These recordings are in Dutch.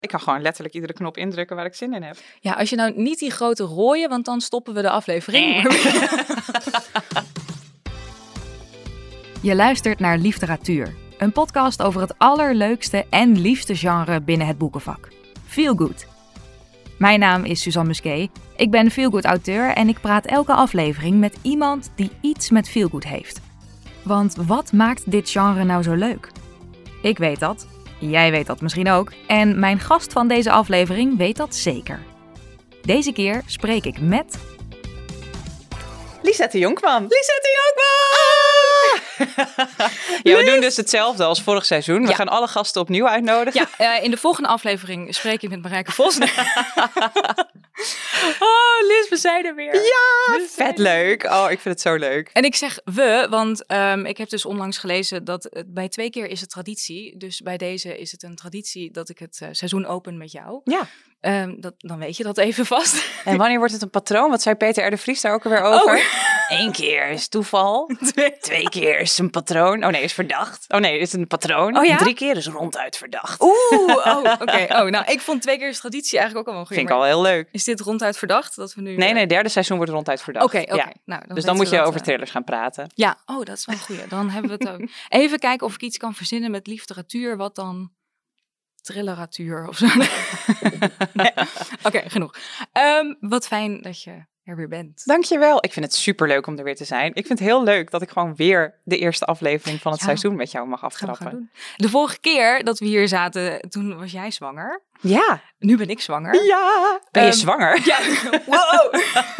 Ik kan gewoon letterlijk iedere knop indrukken waar ik zin in heb. Ja, als je nou niet die grote rode, want dan stoppen we de aflevering. Je luistert naar Liefderatuur, een podcast over het allerleukste en liefste genre binnen het boekenvak. Feel Good. Mijn naam is Suzanne Musquet, ik ben Feel Good auteur en ik praat elke aflevering met iemand die iets met Feel Good heeft. Want wat maakt dit genre nou zo leuk? Ik weet dat, jij weet dat misschien ook en mijn gast van deze aflevering weet dat zeker. Deze keer spreek ik met... Lisette Jonkman. Ja, we doen dus hetzelfde als vorig seizoen. We gaan alle gasten opnieuw uitnodigen. Ja, in de volgende aflevering spreek ik met Marijke Vos. Oh, Liz, we zijn er weer. Ja, vet leuk. Oh, ik vind het zo leuk. En ik zeg we, want ik heb dus onlangs gelezen dat bij 2 keer is het traditie. Dus bij deze is het een traditie dat ik het seizoen open met jou. Ja. Dan weet je dat even vast. En wanneer wordt het een patroon? Wat zei Peter R. de Vries daar ook alweer over? Oh. 1 keer is toeval. 2 keer is een patroon. Oh nee, is verdacht. Oh nee, is een patroon. Oh ja? 3 keer is ronduit verdacht. Oké. Oh, nou, ik vond 2 keer is traditie eigenlijk ook al wel goed. Vind ik al heel leuk. Is dit ronduit verdacht? Dat we nu... Nee, 3e seizoen wordt ronduit verdacht. Oké. Ja. Nou, dus dan moet je over thrillers gaan praten. Ja, dat is wel een goeie. Dan hebben we het ook. Even kijken of ik iets kan verzinnen met literatuur, wat dan... Trilleratuur of zo. Nee. Oké, genoeg. Wat fijn dat je er weer bent. Dankjewel. Ik vind het superleuk om er weer te zijn. Ik vind het heel leuk dat ik gewoon weer de eerste aflevering van het seizoen met jou mag aftrappen. De vorige keer dat we hier zaten, toen was jij zwanger. Ja. Nu ben ik zwanger. Ja. Ben je zwanger? Ja. Wow.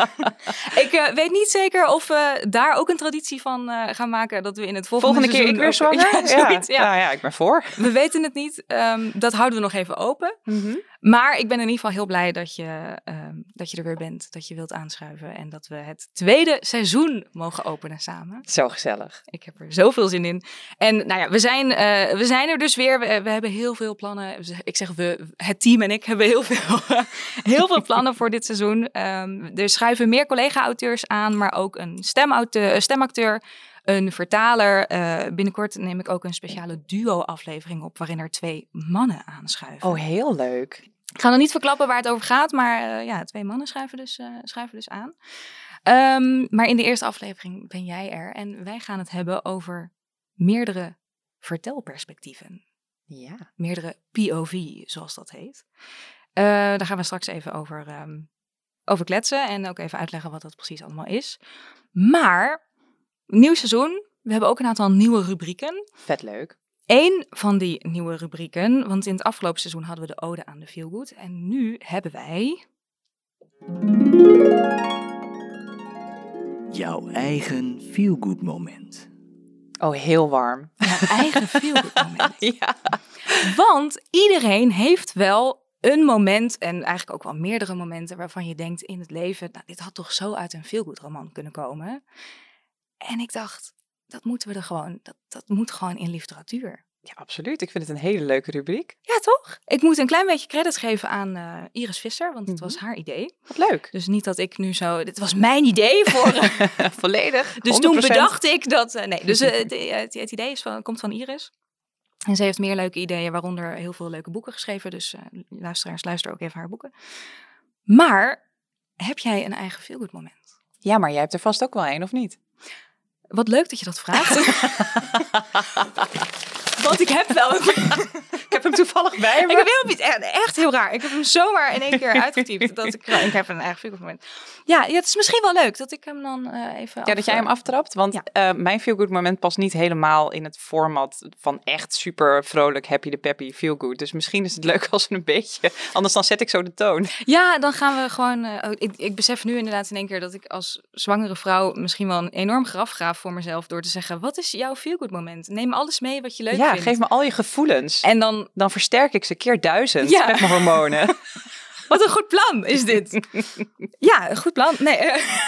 Ik weet niet zeker of we daar ook een traditie van gaan maken. Dat we in het volgende keer ik weer zwanger? Ja, ik ben voor. We weten het niet. Dat houden we nog even open. Mm-hmm. Maar ik ben in ieder geval heel blij dat je er weer bent. Dat je wilt aanschuiven. En dat we het 2e seizoen mogen openen samen. Zo gezellig. Ik heb er zoveel zin in. En nou ja, we zijn er dus weer. We hebben heel veel plannen. Ik zeg het team en ik hebben heel veel plannen voor dit seizoen. Er schuiven meer collega-auteurs aan, maar ook een stemacteur, een vertaler. Binnenkort neem ik ook een speciale duo-aflevering op, waarin er 2 mannen aanschuiven. Oh, heel leuk. Ik ga nog niet verklappen waar het over gaat, maar 2 mannen schuiven dus aan. Maar in de eerste aflevering ben jij er en wij gaan het hebben over meerdere vertelperspectieven. Ja. Meerdere POV, zoals dat heet. Daar gaan we straks even over kletsen en ook even uitleggen wat dat precies allemaal is. Maar, nieuw seizoen, we hebben ook een aantal nieuwe rubrieken. Vet leuk. 1 van die nieuwe rubrieken, want in het afgelopen seizoen hadden we de ode aan de feel good. En nu hebben wij... Jouw eigen feel good moment. Oh, heel warm. Jouw eigen feel good moment. Ja. Want iedereen heeft wel een moment, en eigenlijk ook wel meerdere momenten, waarvan je denkt in het leven, nou, dit had toch zo uit een feel good roman kunnen komen. En ik dacht, dat moeten we er gewoon, dat moet gewoon in literatuur. Ja, absoluut. Ik vind het een hele leuke rubriek. Ja, toch? Ik moet een klein beetje credits geven aan Iris Visser, want het was haar idee. Wat leuk. Dus niet dat ik nu zo... Dit was mijn idee voor... Volledig. 100%. Dus toen bedacht ik dat... het idee komt van Iris. En ze heeft meer leuke ideeën, waaronder heel veel leuke boeken geschreven. Dus luisteraars, luister ook even haar boeken. Maar heb jij een eigen feel-good moment? Ja, maar jij hebt er vast ook wel een, of niet? Wat leuk dat je dat vraagt. Want ik heb wel... Ik heb hem toevallig bij me. Ik heb echt heel raar. Ik heb hem zomaar in 1 keer uitgetypt. Dat ik heb een eigen feel-good moment. Ja, het is misschien wel leuk dat ik hem dan even... Ja, dat jij hem aftrapt. Want mijn feel-good moment past niet helemaal in het format van echt super vrolijk, happy de peppy feel-good. Dus misschien is het leuk als we een beetje... Anders dan zet ik zo de toon. Ja, dan gaan we gewoon... Ik besef nu inderdaad in 1 keer dat ik als zwangere vrouw misschien wel een enorm graf graaf voor mezelf door te zeggen, wat is jouw feel-good moment? Neem alles mee wat je leuk vindt. Ja, geef me al je gevoelens. En dan versterk ik ze keer 1000 met mijn hormonen. Wat een goed plan is dit. Ja, een goed plan. Nee.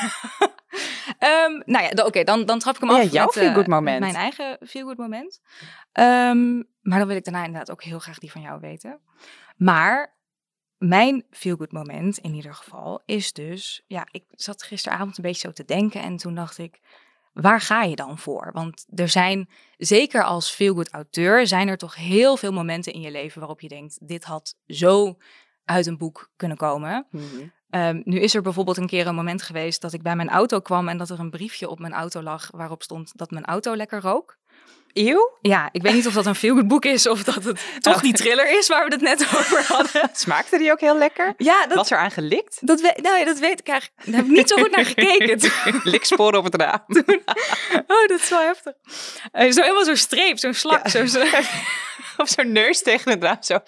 Nou ja, oké, dan trap ik hem af jouw feel-good moment. Mijn eigen feel-good moment. Maar dan wil ik daarna inderdaad ook heel graag die van jou weten. Maar mijn feel-good moment in ieder geval is dus... Ja, ik zat gisteravond een beetje zo te denken en toen dacht ik... waar ga je dan voor? Want er zijn, zeker als feel-good auteur, zijn er toch heel veel momenten in je leven waarop je denkt, dit had zo uit een boek kunnen komen. Nu is er bijvoorbeeld een keer een moment geweest dat ik bij mijn auto kwam en dat er een briefje op mijn auto lag waarop stond dat mijn auto lekker rook. Eeuw? Ja, ik weet niet of dat een feel-good boek is of dat het toch die thriller is waar we het net over hadden. Smaakte die ook heel lekker? Ja, Was er aan gelikt? dat weet ik eigenlijk. Daar heb ik niet zo goed naar gekeken. Liksporen op het raam. Oh, dat is wel heftig. Zo helemaal zo'n streep, zo'n slak. Ja. Of zo'n neus tegen het raam zo.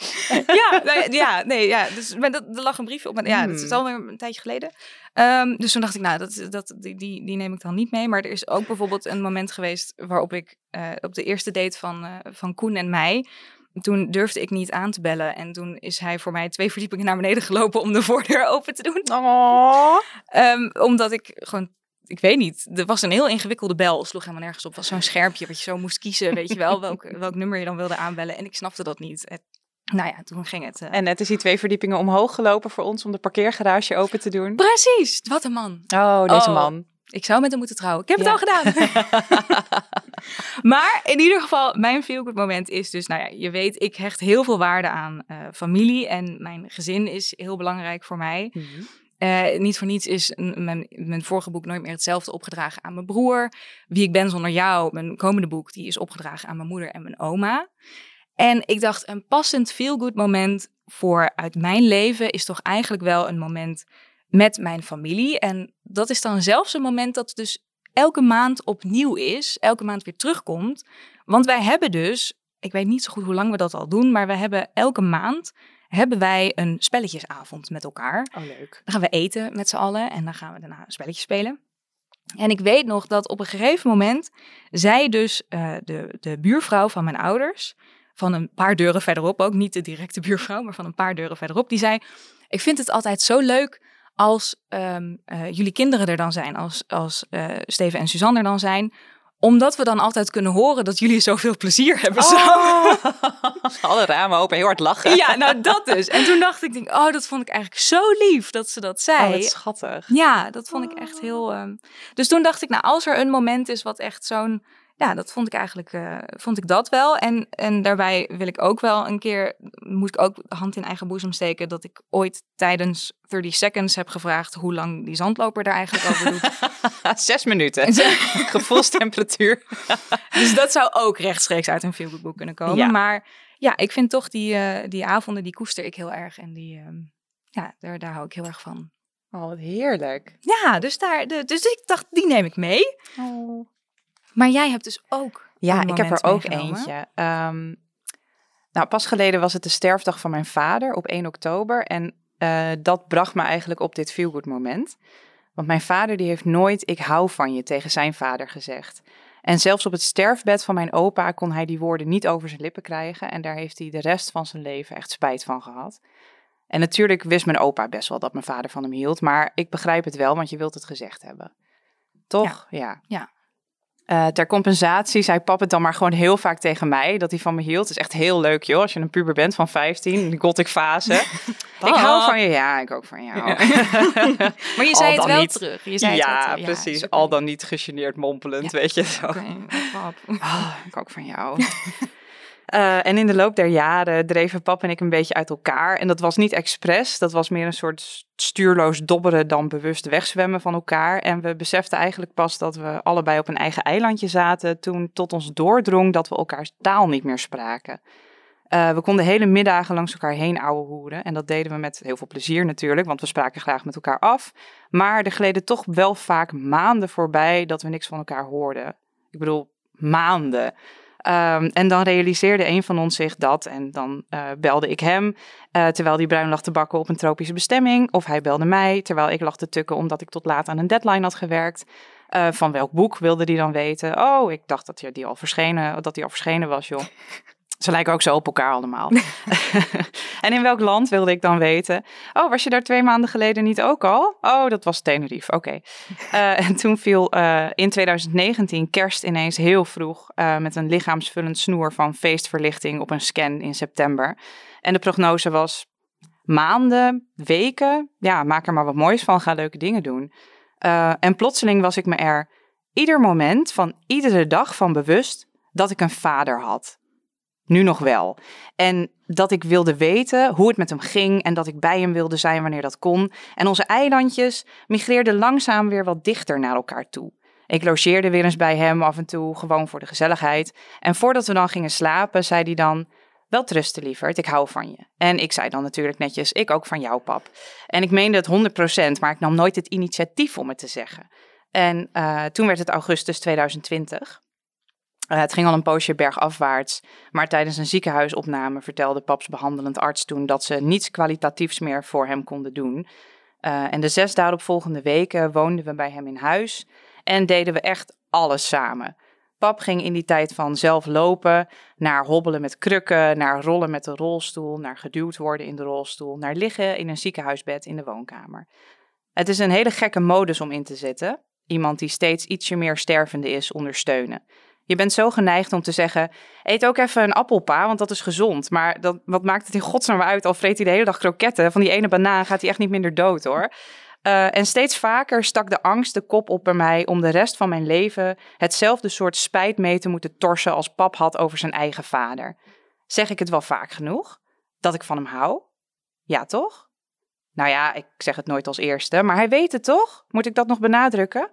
Dus, maar er lag een briefje op. Ja, dat is alweer een tijdje geleden. Dus toen dacht ik, nou, die neem ik dan niet mee. Maar er is ook bijvoorbeeld een moment geweest waarop ik op de eerste date van Koen en mij, toen durfde ik niet aan te bellen. En toen is hij voor mij 2 verdiepingen naar beneden gelopen om de voordeur open te doen. Oh. Omdat ik gewoon, ik weet niet, er was een heel ingewikkelde bel. Sloeg helemaal nergens op. Het was zo'n schermpje wat je zo moest kiezen, weet je wel, welk nummer je dan wilde aanbellen. En ik snapte dat niet. Nou ja, toen ging het. En net is hij 2 verdiepingen omhoog gelopen voor ons om de parkeergarage open te doen. Precies, wat een man. Oh, deze man. Ik zou met hem moeten trouwen. Ik heb het al gedaan. Maar in ieder geval, mijn feel-good moment is dus, nou ja, je weet, ik hecht heel veel waarde aan familie. En mijn gezin is heel belangrijk voor mij. Niet voor niets is mijn vorige boek Nooit meer hetzelfde opgedragen aan mijn broer. Wie ik ben zonder jou, mijn komende boek, die is opgedragen aan mijn moeder en mijn oma. En ik dacht, een passend feel-good moment voor uit mijn leven is toch eigenlijk wel een moment met mijn familie. En dat is dan zelfs een moment dat dus elke maand opnieuw is, elke maand weer terugkomt. Want wij hebben dus, ik weet niet zo goed hoe lang we dat al doen, maar we hebben elke maand een spelletjesavond met elkaar. Oh, leuk. Dan gaan we eten met z'n allen en dan gaan we daarna een spelletje spelen. En ik weet nog dat op een gegeven moment zei dus de buurvrouw van mijn ouders, van een paar deuren verderop, ook niet de directe buurvrouw, maar van een paar deuren verderop, die zei, ik vind het altijd zo leuk als jullie kinderen er dan zijn, als Steven en Suzanne er dan zijn, omdat we dan altijd kunnen horen dat jullie zoveel plezier hebben samen. Alle ramen open, heel hard lachen. Ja, nou dat dus. En toen dacht ik, dat vond ik eigenlijk zo lief dat ze dat zei. Oh, wat schattig. Ja, dat vond ik echt heel. Dus toen dacht ik, nou, als er een moment is wat echt zo'n, ja, dat vond ik eigenlijk, vond ik dat wel. En daarbij wil ik ook wel een keer, moet ik ook hand in eigen boezem steken, dat ik ooit tijdens 30 Seconds heb gevraagd hoe lang die zandloper daar eigenlijk over doet. 6 minuten. Gevoelstemperatuur. Dus dat zou ook rechtstreeks uit een feel-good boek kunnen komen. Ja. Maar ja, ik vind toch die avonden, die koester ik heel erg. En daar hou ik heel erg van. Oh, wat heerlijk. Ja, dus ik dacht, die neem ik mee. Oh. Maar jij hebt dus ook Ja, een ik heb er moment ook meegenomen. eentje. Nou, pas geleden was het de sterfdag van mijn vader op 1 oktober. En dat bracht me eigenlijk op dit feel-good moment. Want mijn vader die heeft nooit ik hou van je tegen zijn vader gezegd. En zelfs op het sterfbed van mijn opa kon hij die woorden niet over zijn lippen krijgen. En daar heeft hij de rest van zijn leven echt spijt van gehad. En natuurlijk wist mijn opa best wel dat mijn vader van hem hield. Maar ik begrijp het wel, want je wilt het gezegd hebben. Toch? Ja. Ter compensatie zei pap het dan maar gewoon heel vaak tegen mij, dat hij van me hield. Het is echt heel leuk, joh, als je een puber bent van 15, die gothic fase. Ik hou van je, ja, ik ook van jou. Ja. Maar je zei het wel terug. Je zei het wel terug. Precies. Super. Al dan niet gegeneerd mompelend, weet je zo. Pap. Ik ook van jou. En in de loop der jaren dreven pap en ik een beetje uit elkaar. En dat was niet expres. Dat was meer een soort stuurloos dobberen dan bewust wegzwemmen van elkaar. En we beseften eigenlijk pas dat we allebei op een eigen eilandje zaten toen tot ons doordrong dat we elkaars taal niet meer spraken. We konden hele middagen langs elkaar heen ouwehoeren. En dat deden we met heel veel plezier natuurlijk, want we spraken graag met elkaar af. Maar er gleden toch wel vaak maanden voorbij dat we niks van elkaar hoorden. Ik bedoel, maanden. En dan realiseerde een van ons zich dat en dan belde ik hem terwijl hij bruin lag te bakken op een tropische bestemming. Of hij belde mij terwijl ik lag te tukken omdat ik tot laat aan een deadline had gewerkt. Van welk boek wilde hij dan weten? Oh, ik dacht dat hij al verschenen was, joh. Ze lijken ook zo op elkaar allemaal. En in welk land wilde ik dan weten? Oh, was je daar 2 maanden geleden niet ook al? Oh, dat was Tenerife, oké. En toen viel in 2019 kerst ineens heel vroeg met een lichaamsvullend snoer van feestverlichting op een scan in september. En de prognose was maanden, weken, ja, maak er maar wat moois van, ga leuke dingen doen. En plotseling was ik me er ieder moment van iedere dag van bewust dat ik een vader had. Nu nog wel. En dat ik wilde weten hoe het met hem ging en dat ik bij hem wilde zijn wanneer dat kon. En onze eilandjes migreerden langzaam weer wat dichter naar elkaar toe. Ik logeerde weer eens bij hem af en toe, gewoon voor de gezelligheid. En voordat we dan gingen slapen, zei hij dan: "Welterusten, lieverd, ik hou van je." En ik zei dan natuurlijk netjes: "Ik ook van jou, pap." En ik meende het 100%, maar ik nam nooit het initiatief om het te zeggen. En toen werd het augustus 2020. Het ging al een poosje bergafwaarts, maar tijdens een ziekenhuisopname vertelde paps behandelend arts toen dat ze niets kwalitatiefs meer voor hem konden doen. En de 6 daaropvolgende weken woonden we bij hem in huis en deden we echt alles samen. Pap ging in die tijd van zelf lopen, naar hobbelen met krukken, naar rollen met de rolstoel, naar geduwd worden in de rolstoel, naar liggen in een ziekenhuisbed in de woonkamer. Het is een hele gekke modus om in te zetten. Iemand die steeds ietsje meer stervende is, ondersteunen. Je bent zo geneigd om te zeggen: "Eet ook even een appel, pa, want dat is gezond." Maar wat maakt het in godsnaam uit? Al vreet hij de hele dag kroketten. Van die ene banaan gaat hij echt niet minder dood, hoor. En steeds vaker stak de angst de kop op bij mij om de rest van mijn leven hetzelfde soort spijt mee te moeten torsen als pap had over zijn eigen vader. Zeg ik het wel vaak genoeg? Dat ik van hem hou? Ja, toch? Nou ja, ik zeg het nooit als eerste, maar hij weet het toch? Moet ik dat nog benadrukken?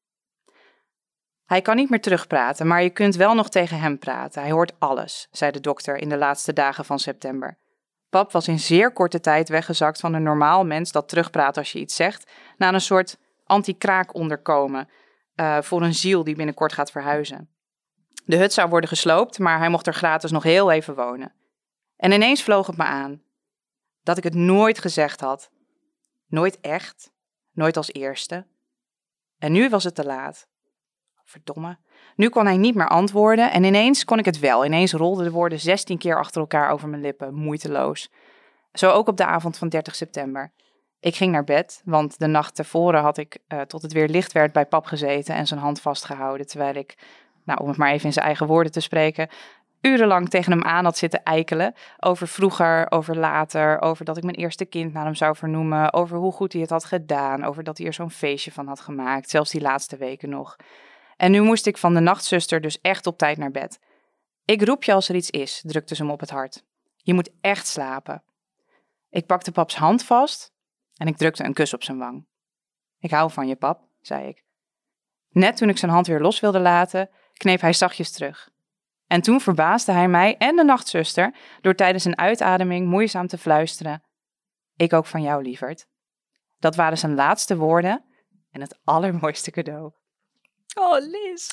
Hij kan niet meer terugpraten, maar je kunt wel nog tegen hem praten. Hij hoort alles, zei de dokter in de laatste dagen van september. Pap was in zeer korte tijd weggezakt van een normaal mens dat terugpraat als je iets zegt, naar een soort anti-kraak onderkomen voor een ziel die binnenkort gaat verhuizen. De hut zou worden gesloopt, maar hij mocht er gratis nog heel even wonen. En ineens vloog het me aan dat ik het nooit gezegd had. Nooit echt, nooit als eerste. En nu was het te laat. Verdomme. Nu kon hij niet meer antwoorden en ineens kon ik het wel. Ineens rolden de woorden 16 keer achter elkaar over mijn lippen, moeiteloos. Zo ook op de avond van 30 september. Ik ging naar bed, want de nacht tevoren had ik tot het weer licht werd bij pap gezeten en zijn hand vastgehouden, terwijl ik, om het maar even in zijn eigen woorden te spreken, urenlang tegen hem aan had zitten eikelen over vroeger, over later, over dat ik mijn eerste kind naar hem zou vernoemen, over hoe goed hij het had gedaan, over dat hij er zo'n feestje van had gemaakt, zelfs die laatste weken nog. En nu moest ik van de nachtzuster dus echt op tijd naar bed. "Ik roep je als er iets is," drukte ze me op het hart. "Je moet echt slapen." Ik pakte paps hand vast en ik drukte een kus op zijn wang. "Ik hou van je, pap," zei ik. Net toen ik zijn hand weer los wilde laten, kneep hij zachtjes terug. En toen verbaasde hij mij en de nachtzuster door tijdens een uitademing moeizaam te fluisteren: "Ik ook van jou, lieverd." Dat waren zijn laatste woorden en het allermooiste cadeau. Oh, Liz.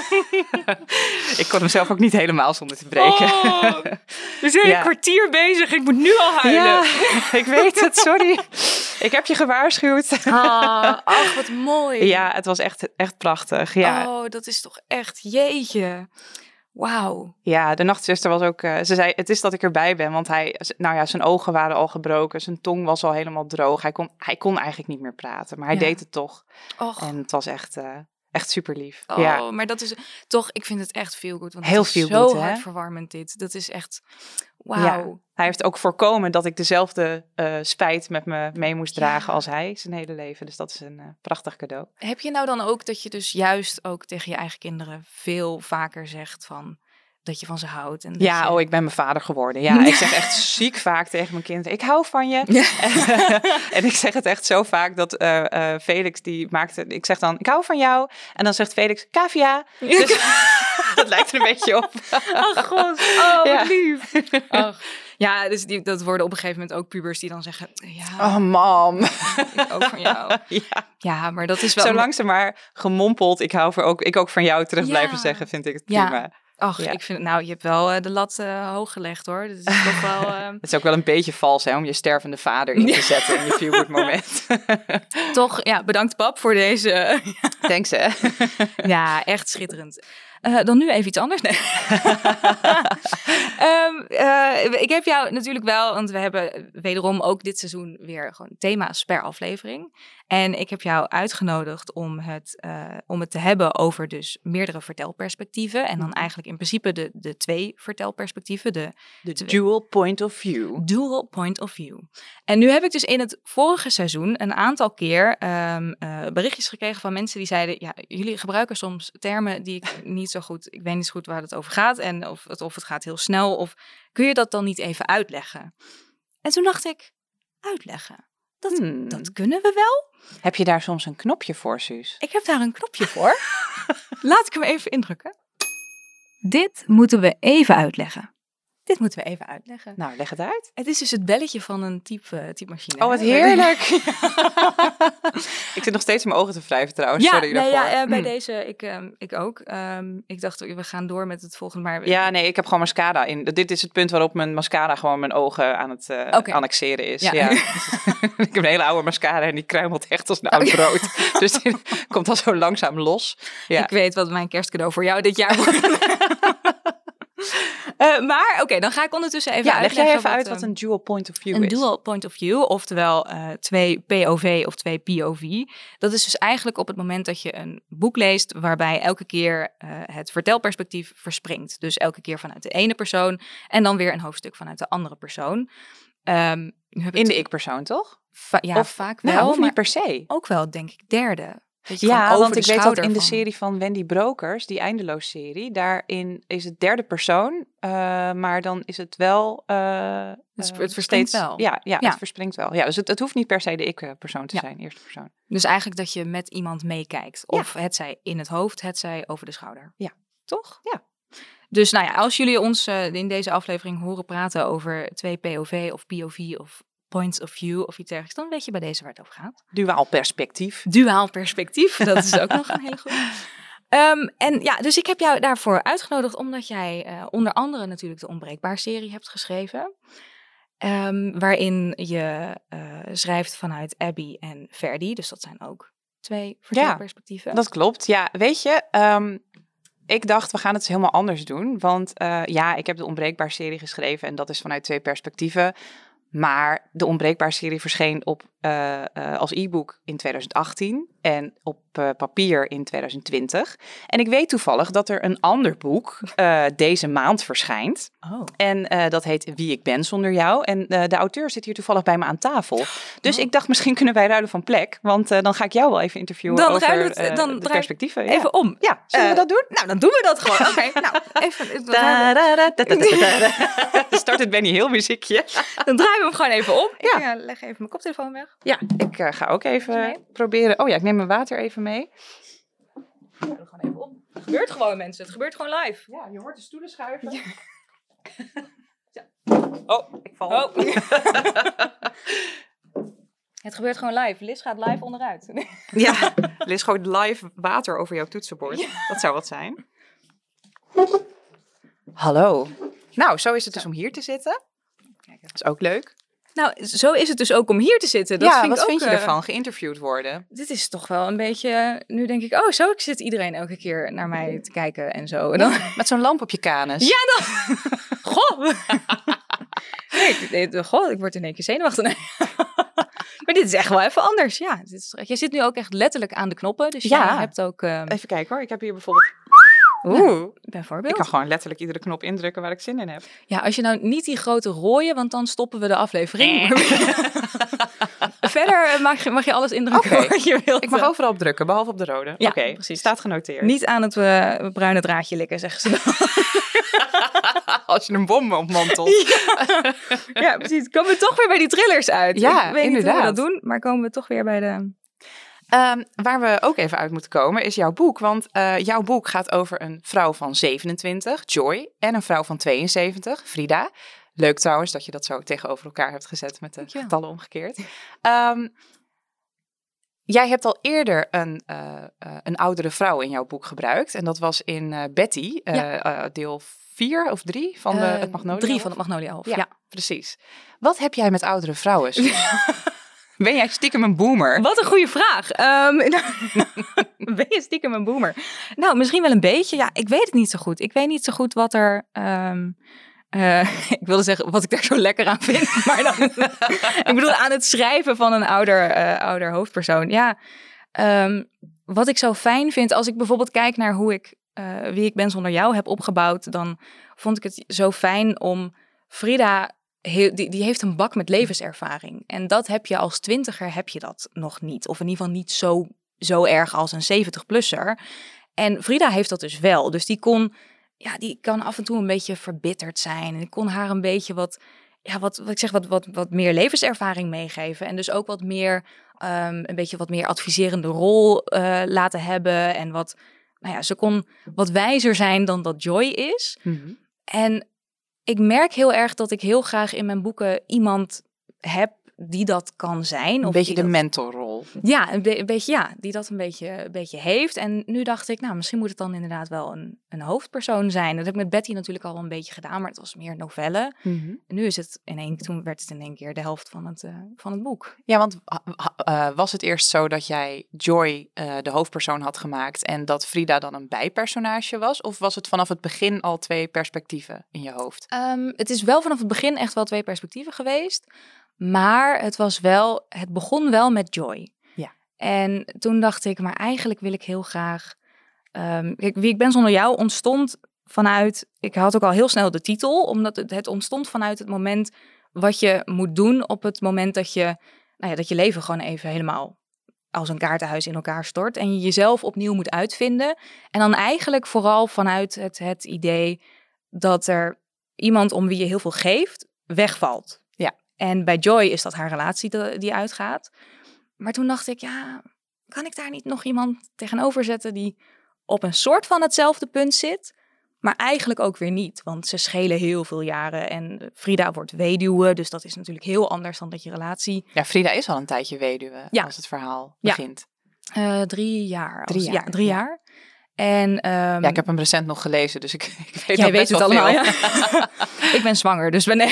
Ik kon hem zelf ook niet helemaal zonder te breken. Oh, we zijn een kwartier bezig. Ik moet nu al huilen. Ja, ik weet het. Sorry. Ik heb je gewaarschuwd. Ach, wat mooi. Ja, het was echt prachtig. Ja. Oh, dat is toch echt, jeetje. Wauw. Ja, de nachtzuster was ook... ze zei, het is dat ik erbij ben, want zijn ogen waren al gebroken. Zijn tong was al helemaal droog. Hij kon eigenlijk niet meer praten, maar hij deed het toch. Och. En het was echt super lief. Oh, ja. Maar dat is toch, ik vind het echt feel good. Want heel het is feel good, zo hè? hartverwarmend dit. Dat is echt, wauw. Ja, hij heeft ook voorkomen dat ik dezelfde spijt met me mee moest dragen als hij zijn hele leven. Dus dat is een prachtig cadeau. Heb je nou dan ook dat je dus juist ook tegen je eigen kinderen veel vaker zegt van dat je van ze houdt? En Ja, ik ben mijn vader geworden. Ja, ik zeg echt ziek vaak tegen mijn kinderen: "Ik hou van je." Ja. En ik zeg het echt zo vaak dat Felix die maakte... Ik zeg dan: "Ik hou van jou." En dan zegt Felix: "Cavia." Dus dat lijkt er een beetje op. Ach god, oh wat lief. Ach. Ja, dus dat worden op een gegeven moment ook pubers die dan zeggen: "Ja, Oh, mam. ik ook van jou." Ja, maar dat is wel... Zolang ze maar gemompeld ik ook van jou terug blijven zeggen, vind ik het prima. Ach, ik vind, je hebt wel de lat hoog gelegd, hoor. Dat is toch wel... Het is ook wel een beetje vals, hè, om je stervende vader in te zetten in je feel good moment. Toch, bedankt pap voor deze... Thanks, hè. Ja, echt schitterend. Dan nu even iets anders. Nee. Ik heb jou natuurlijk wel, want we hebben wederom ook dit seizoen weer gewoon thema's per aflevering. En ik heb jou uitgenodigd om het te hebben over dus meerdere vertelperspectieven. En dan eigenlijk in principe de twee vertelperspectieven. De dual point of view. Dual point of view. En nu heb ik dus in het vorige seizoen een aantal keer berichtjes gekregen van mensen die zeiden, ja, jullie gebruiken soms termen die ik niet zo goed, ik weet niet zo goed waar het over gaat en of het gaat heel snel, of kun je dat dan niet even uitleggen? En toen dacht ik, uitleggen? Dat kunnen we wel. Heb je daar soms een knopje voor, Suus? Ik heb daar een knopje voor. Laat ik hem even indrukken. Dit moeten we even uitleggen. Dit moeten we even uitleggen. Nou, leg het uit. Het is dus het belletje van een typemachine. Oh, wat heerlijk. Ik zit nog steeds in mijn ogen te wrijven trouwens. Ja, sorry daarvoor. bij deze, ik ook. Ik dacht, we gaan door met het volgende. Maar ja, nee, ik heb gewoon mascara in. Dit is het punt waarop mijn mascara gewoon mijn ogen aan het annexeren is. Ja. Ik heb een hele oude mascara en die kruimelt echt als een oud brood. Dus die komt al zo langzaam los. Ja. Ik weet wat mijn kerstcadeau voor jou dit jaar wordt. Maar oké, dan ga ik ondertussen even uitleggen. Leg jij even uit wat een dual point of view is. Een dual point of view, oftewel twee POV of twee POV. Dat is dus eigenlijk op het moment dat je een boek leest waarbij elke keer het vertelperspectief verspringt. Dus elke keer vanuit de ene persoon en dan weer een hoofdstuk vanuit de andere persoon. In de ik-persoon, toch? Of vaak wel, of niet per se. Ook wel, denk ik, derde. Ja, want ik weet dat in de serie van Wendy Brokers, die eindeloos serie, daarin is het derde persoon, maar dan is het wel... het verspringt wel. Ja, het verspringt wel. Ja, dus het hoeft niet per se de ik-persoon te zijn, eerste persoon. Dus eigenlijk dat je met iemand meekijkt. Of het zij in het hoofd, het zij over de schouder. Ja. Toch? Ja. Dus nou ja, als jullie ons in deze aflevering horen praten over twee POV of POV of points of view of iets dergelijks, dan weet je bij deze waar het over gaat. Duaal perspectief. Duaal perspectief, dat is ook nog een hele goede. En ja, dus ik heb jou daarvoor uitgenodigd omdat jij onder andere natuurlijk de Onbreekbaar-serie hebt geschreven. Waarin je schrijft vanuit Abby en Ferdy. Dus dat zijn ook twee vertelperspectieven. Ja, dat klopt. Ja, weet je, ik dacht, we gaan het helemaal anders doen. Want ik heb de Onbreekbaar-serie geschreven en dat is vanuit twee perspectieven. Maar de Onbreekbaar-serie verscheen als e-book in 2018 en op papier in 2020. En ik weet toevallig dat er een ander boek deze maand verschijnt. Oh. En dat heet Wie ik ben zonder jou. En de auteur zit hier toevallig bij me aan tafel. Dus ik dacht, misschien kunnen wij ruilen van plek. Want dan ga ik jou wel even interviewen over de perspectieven. Even om. Ja, zullen we dat doen? Nou, dan doen we dat gewoon. Oké, nou, even. Dan start het Benny Hill muziekje. Dan draaien we hem gewoon even om. Ja. Ik leg even mijn koptelefoon weg. Ja, ik ga ook even proberen. Oh ja, ik neem mijn water even mee. Doe er gewoon even om. Het gebeurt gewoon, mensen. Het gebeurt gewoon live. Ja, je hoort de stoelen schuiven. Ja. Oh, ik val. Oh. Het gebeurt gewoon live. Liz gaat live onderuit. Ja, Liz gooit live water over jouw toetsenbord. Ja. Dat zou wat zijn. Hallo. Nou, zo is het dus om hier te zitten. Kijk, dat is ook leuk. Nou, zo is het dus ook om hier te zitten. Dat wat vind je ervan, geïnterviewd worden? Dit is toch wel een beetje... Nu denk ik, zo zit iedereen elke keer naar mij te kijken en zo. En dan... Met zo'n lamp op je kanus. Ja, dan... Goh! Ik word in één keer zenuwachtig. Nee. Maar dit is echt wel even anders. Ja, jij zit nu ook echt letterlijk aan de knoppen. Dus jij hebt ook... Even kijken hoor, ik heb hier bijvoorbeeld... Bijvoorbeeld. Ik kan gewoon letterlijk iedere knop indrukken waar ik zin in heb. Ja, als je nou niet die grote rode, want dan stoppen we de aflevering. Verder mag je alles indrukken wat je wilt. Ik mag overal op drukken, behalve op de rode. Ja, precies. Staat genoteerd. Niet aan het bruine draadje likken, zeggen ze dan. Als je een bom ommantelt. Ja, precies. Komen we toch weer bij die thrillers uit. Ja, ik weet inderdaad. niet hoe we dat doen, maar komen we toch weer bij de... Waar we ook even uit moeten komen is jouw boek. Want jouw boek gaat over een vrouw van 27, Joy, en een vrouw van 72, Frida. Leuk trouwens dat je dat zo tegenover elkaar hebt gezet met de getallen omgekeerd. Jij hebt al eerder een oudere vrouw in jouw boek gebruikt. En dat was in Betty, deel 4 of 3 van het Magnolia. 3 van het Magnolia Half. Ja, precies. Wat heb jij met oudere vrouwen? Ben jij stiekem een boomer? Wat een goede vraag. Ben je stiekem een boomer? Nou, misschien wel een beetje. Ja, ik weet het niet zo goed. Ik weet niet zo goed wat er... ik wilde zeggen wat ik daar zo lekker aan vind. Maar dan, ik bedoel aan het schrijven van een ouder hoofdpersoon. Ja, wat ik zo fijn vind, als ik bijvoorbeeld kijk naar hoe ik Wie ik ben zonder jou heb opgebouwd, dan vond ik het zo fijn om Frida... Die heeft een bak met levenservaring. En dat heb je als 20er heb je dat nog niet. Of in ieder geval niet zo erg als een 70-plusser. En Frida heeft dat dus wel. Dus die kan af en toe een beetje verbitterd zijn. En ik kon haar een beetje wat meer levenservaring meegeven. En dus ook wat meer, een beetje wat meer adviserende rol laten hebben. En ze kon wat wijzer zijn dan dat Joy is. Mm-hmm. En ik merk heel erg dat ik heel graag in mijn boeken iemand heb die dat kan zijn. Een beetje de mentorrol. Ja, een beetje, die dat een beetje heeft. En nu dacht ik, misschien moet het dan inderdaad wel een hoofdpersoon zijn. Dat heb ik met Betty natuurlijk al een beetje gedaan, maar het was meer novelle. Mm-hmm. En nu is het toen werd het in één keer de helft van het boek. Ja, want was het eerst zo dat jij Joy de hoofdpersoon had gemaakt en dat Frida dan een bijpersonage was? Of was het vanaf het begin al 2 perspectieven in je hoofd? Het is wel vanaf het begin echt wel 2 perspectieven geweest. Maar het begon wel met Joy. Ja. En toen dacht ik, maar eigenlijk wil ik heel graag... Wie ik ben zonder jou ontstond vanuit... Ik had ook al heel snel de titel, omdat het ontstond vanuit het moment wat je moet doen op het moment dat je leven gewoon even helemaal als een kaartenhuis in elkaar stort. En je jezelf opnieuw moet uitvinden. En dan eigenlijk vooral vanuit het idee dat er iemand om wie je heel veel geeft, wegvalt. En bij Joy is dat haar relatie die uitgaat. Maar toen dacht ik, kan ik daar niet nog iemand tegenover zetten die op een soort van hetzelfde punt zit, maar eigenlijk ook weer niet. Want ze schelen heel veel jaren en Frida wordt weduwe, dus dat is natuurlijk heel anders dan dat je relatie... Ja, Frida is al een tijdje weduwe als het verhaal begint. 3 jaar. 3 jaar. En, ik heb hem recent nog gelezen, dus ik weet jij weet het allemaal, ja. Ik ben zwanger, dus nee.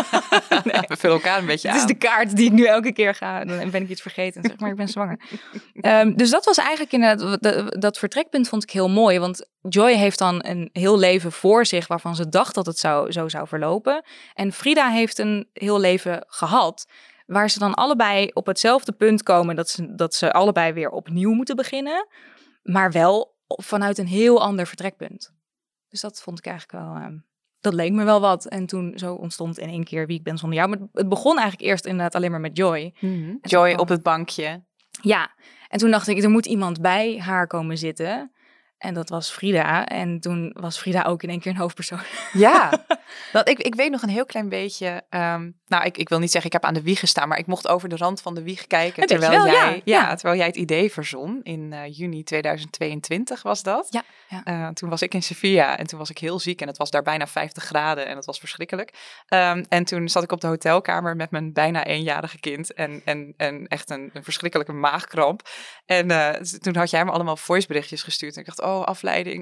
We vullen elkaar een beetje aan. Het is de kaart die ik nu elke keer ga. Dan ben ik iets vergeten en zeg maar ik ben zwanger. Dus dat was eigenlijk inderdaad, dat vertrekpunt vond ik heel mooi. Want Joy heeft dan een heel leven voor zich waarvan ze dacht dat het zo zou verlopen. En Frida heeft een heel leven gehad waar ze dan allebei op hetzelfde punt komen dat ze allebei weer opnieuw moeten beginnen. Maar wel vanuit een heel ander vertrekpunt. Dus dat vond ik eigenlijk wel... dat leek me wel wat. En toen zo ontstond in één keer Wie ik ben zonder jou. Maar het begon eigenlijk eerst inderdaad alleen maar met Joy. Mm-hmm. Joy op het bankje. Ja. En toen dacht ik, er moet iemand bij haar komen zitten. En dat was Frida. En toen was Frida ook in één keer een hoofdpersoon. Ja, ik weet nog een heel klein beetje... ik wil niet zeggen ik heb aan de wieg gestaan, maar ik mocht over de rand van de wieg kijken. Terwijl jij het idee verzon. In juni 2022 was dat. Ja. Toen was ik in Sevilla en toen was ik heel ziek. En het was daar bijna 50 graden en het was verschrikkelijk. En toen zat ik op de hotelkamer met mijn bijna 1-jarige kind. En echt een verschrikkelijke maagkramp. En toen had jij me allemaal voiceberichtjes gestuurd. En ik dacht, afleiding,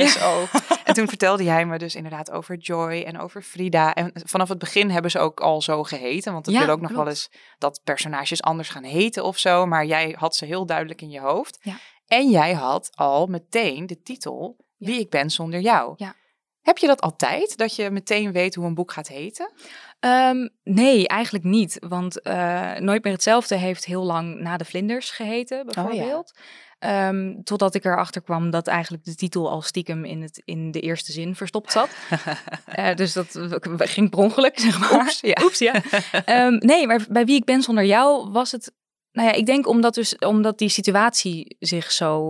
En toen vertelde jij me dus inderdaad over Joy en over Frida. En vanaf het begin hebben ze ook al zo geheten. Want het wil ook nog wel eens dat personages anders gaan heten of zo. Maar jij had ze heel duidelijk in je hoofd. Ja. En jij had al meteen de titel Wie ik ben zonder jou. Ja. Heb je dat altijd? Dat je meteen weet hoe een boek gaat heten? Nee, eigenlijk niet. Want Nooit meer hetzelfde heeft heel lang Na de vlinders geheten, bijvoorbeeld. Totdat ik erachter kwam dat eigenlijk de titel al stiekem in de eerste zin verstopt zat. Dus dat ging per ongeluk, zeg maar. Oeps, ja. Nee, maar bij Wie ik ben zonder jou was het... ik denk omdat die situatie zich zo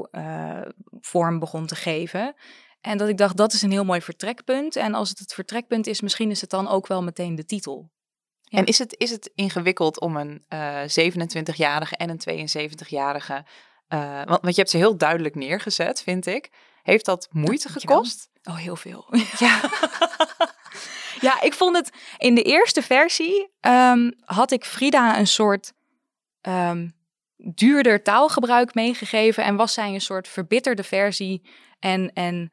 vorm begon te geven. En dat ik dacht, dat is een heel mooi vertrekpunt. En als het vertrekpunt is, misschien is het dan ook wel meteen de titel. Ja. En is het ingewikkeld om een 27-jarige en een 72-jarige... want je hebt ze heel duidelijk neergezet, vind ik. Heeft dat moeite gekost? Oh, heel veel. Ja. Ja, ik vond het... In de eerste versie had ik Frida een soort duurder taalgebruik meegegeven. En was zij een soort verbitterde versie. En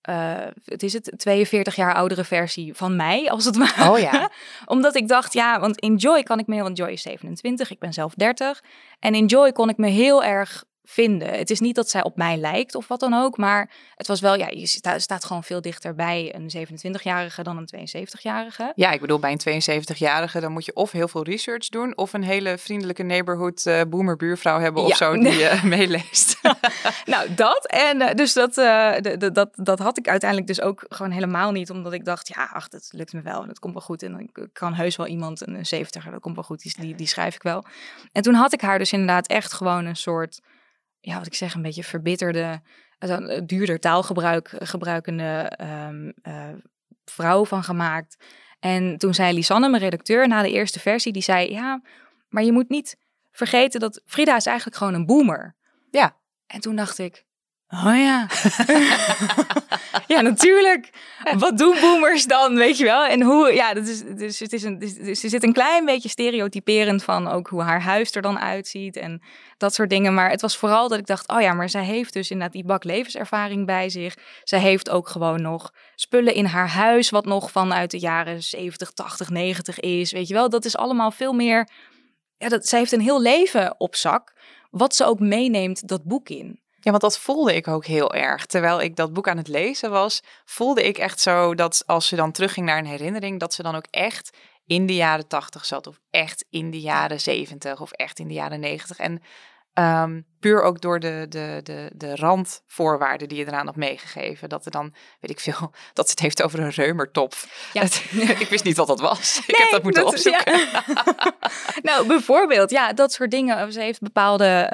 het is het 42 jaar oudere versie van mij, als het ware. Oh ja. Omdat ik dacht, want in Joy kan ik me, want Joy is 27, ik ben zelf 30. En in Joy kon ik me heel erg vinden. Het is niet dat zij op mij lijkt of wat dan ook, maar het was wel, je staat gewoon veel dichter bij een 27-jarige dan een 72-jarige. Ja, ik bedoel, bij een 72-jarige, dan moet je of heel veel research doen, of een hele vriendelijke neighborhood boomerbuurvrouw hebben of zo die meeleest. Nou, dat. En dus dat had ik uiteindelijk dus ook gewoon helemaal niet, omdat ik dacht, dat lukt me wel en dat komt wel goed. En ik kan heus wel iemand, een 70er, dat komt wel goed, die schrijf ik wel. En toen had ik haar dus inderdaad echt gewoon een soort, wat ik zeg, een beetje verbitterde, duurder taalgebruik gebruikende vrouw van gemaakt. En toen zei Lisanne, mijn redacteur, na de eerste versie, die zei, maar je moet niet vergeten dat Frida is eigenlijk gewoon een boomer. Ja. En toen dacht ik, oh ja. Ja, natuurlijk. Wat doen boomers dan, weet je wel? En hoe, er zit een klein beetje stereotyperend van ook hoe haar huis er dan uitziet en dat soort dingen. Maar het was vooral dat ik dacht, maar zij heeft dus inderdaad die bak levenservaring bij zich. Zij heeft ook gewoon nog spullen in haar huis, wat nog vanuit de jaren 70, 80, 90 is. Weet je wel, dat is allemaal veel meer, zij heeft een heel leven op zak, wat ze ook meeneemt dat boek in. Ja, want dat voelde ik ook heel erg. Terwijl ik dat boek aan het lezen was, voelde ik echt zo dat als ze dan terugging naar een herinnering, dat ze dan ook echt in de jaren 80 zat. Of echt in de jaren 70 of echt in de jaren 90. En puur ook door de randvoorwaarden die je eraan had meegegeven. Dat er dan, weet ik veel, dat ze het heeft over een reumertop. Ja. Ik wist niet wat dat was. Ik heb dat moeten opzoeken. Ja. Nou, bijvoorbeeld, dat soort dingen. Ze heeft bepaalde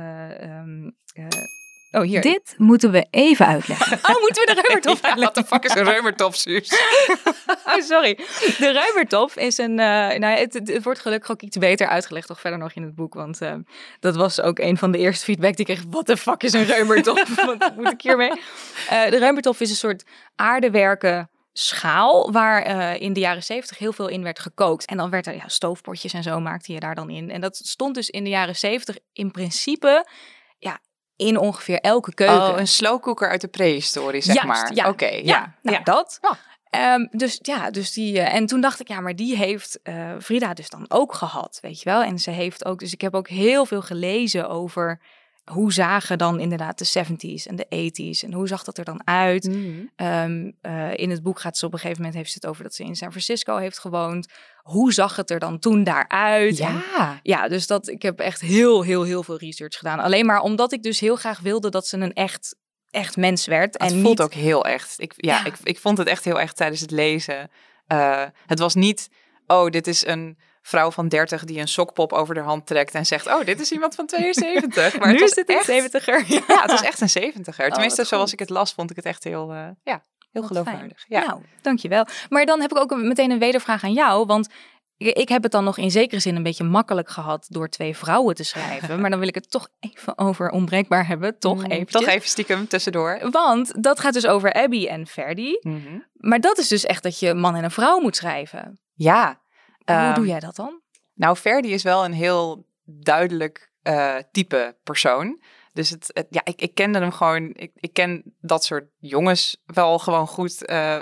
hier. Dit moeten we even uitleggen. Moeten we de reumertop uitleggen? Wat de fuck is een reumertop, Suus? Sorry. De reumertop is een, het wordt gelukkig ook iets beter uitgelegd toch verder nog in het boek, want dat was ook een van de eerste feedback die ik kreeg. Wat de fuck is een reumertop? Wat moet ik hiermee? De reumertop is een soort aardewerken schaal waar in de jaren 70 heel veel in werd gekookt. En dan werd er stoofpotjes en zo maakte je daar dan in. En dat stond dus in de jaren 70 in principe in ongeveer elke keuken. Oh, een slowcooker uit de prehistorie, zeg maar. Ja. Oké, dat. Dus die... en toen dacht ik, maar die heeft Frida dus dan ook gehad, weet je wel. En ze heeft ook... Dus ik heb ook heel veel gelezen over hoe zagen dan inderdaad de 70s en de 80s en hoe zag dat er dan uit? In het boek gaat ze op een gegeven moment, heeft ze het over dat ze in San Francisco heeft gewoond. Hoe zag het er dan toen daaruit? Ja. Dus ik heb echt heel veel research gedaan. Alleen maar omdat ik dus heel graag wilde dat ze een echt mens werd. Het voelt ook heel echt. Ik vond het echt heel echt tijdens het lezen. Het was niet, dit is een vrouw van 30 die een sokpop over de hand trekt en zegt, dit is iemand van 72. Maar nu het was is het een 70er. Ja, het was echt een 70er. Tenminste, zoals ik het las, vond ik het echt heel geloofwaardig. Ja. Nou, dankjewel. Maar dan heb ik ook meteen een wedervraag aan jou, want ik heb het dan nog in zekere zin een beetje makkelijk gehad door 2 vrouwen te schrijven. Maar dan wil ik het toch even over Onbreekbaar hebben. Toch even stiekem tussendoor. Want dat gaat dus over Abby en Ferdy. Mm-hmm. Maar dat is dus echt dat je man en een vrouw moet schrijven. Ja. Hoe doe jij dat dan? Nou, Ferdy is wel een heel duidelijk type persoon. Dus ik kende hem gewoon. Ik ken dat soort jongens wel gewoon goed.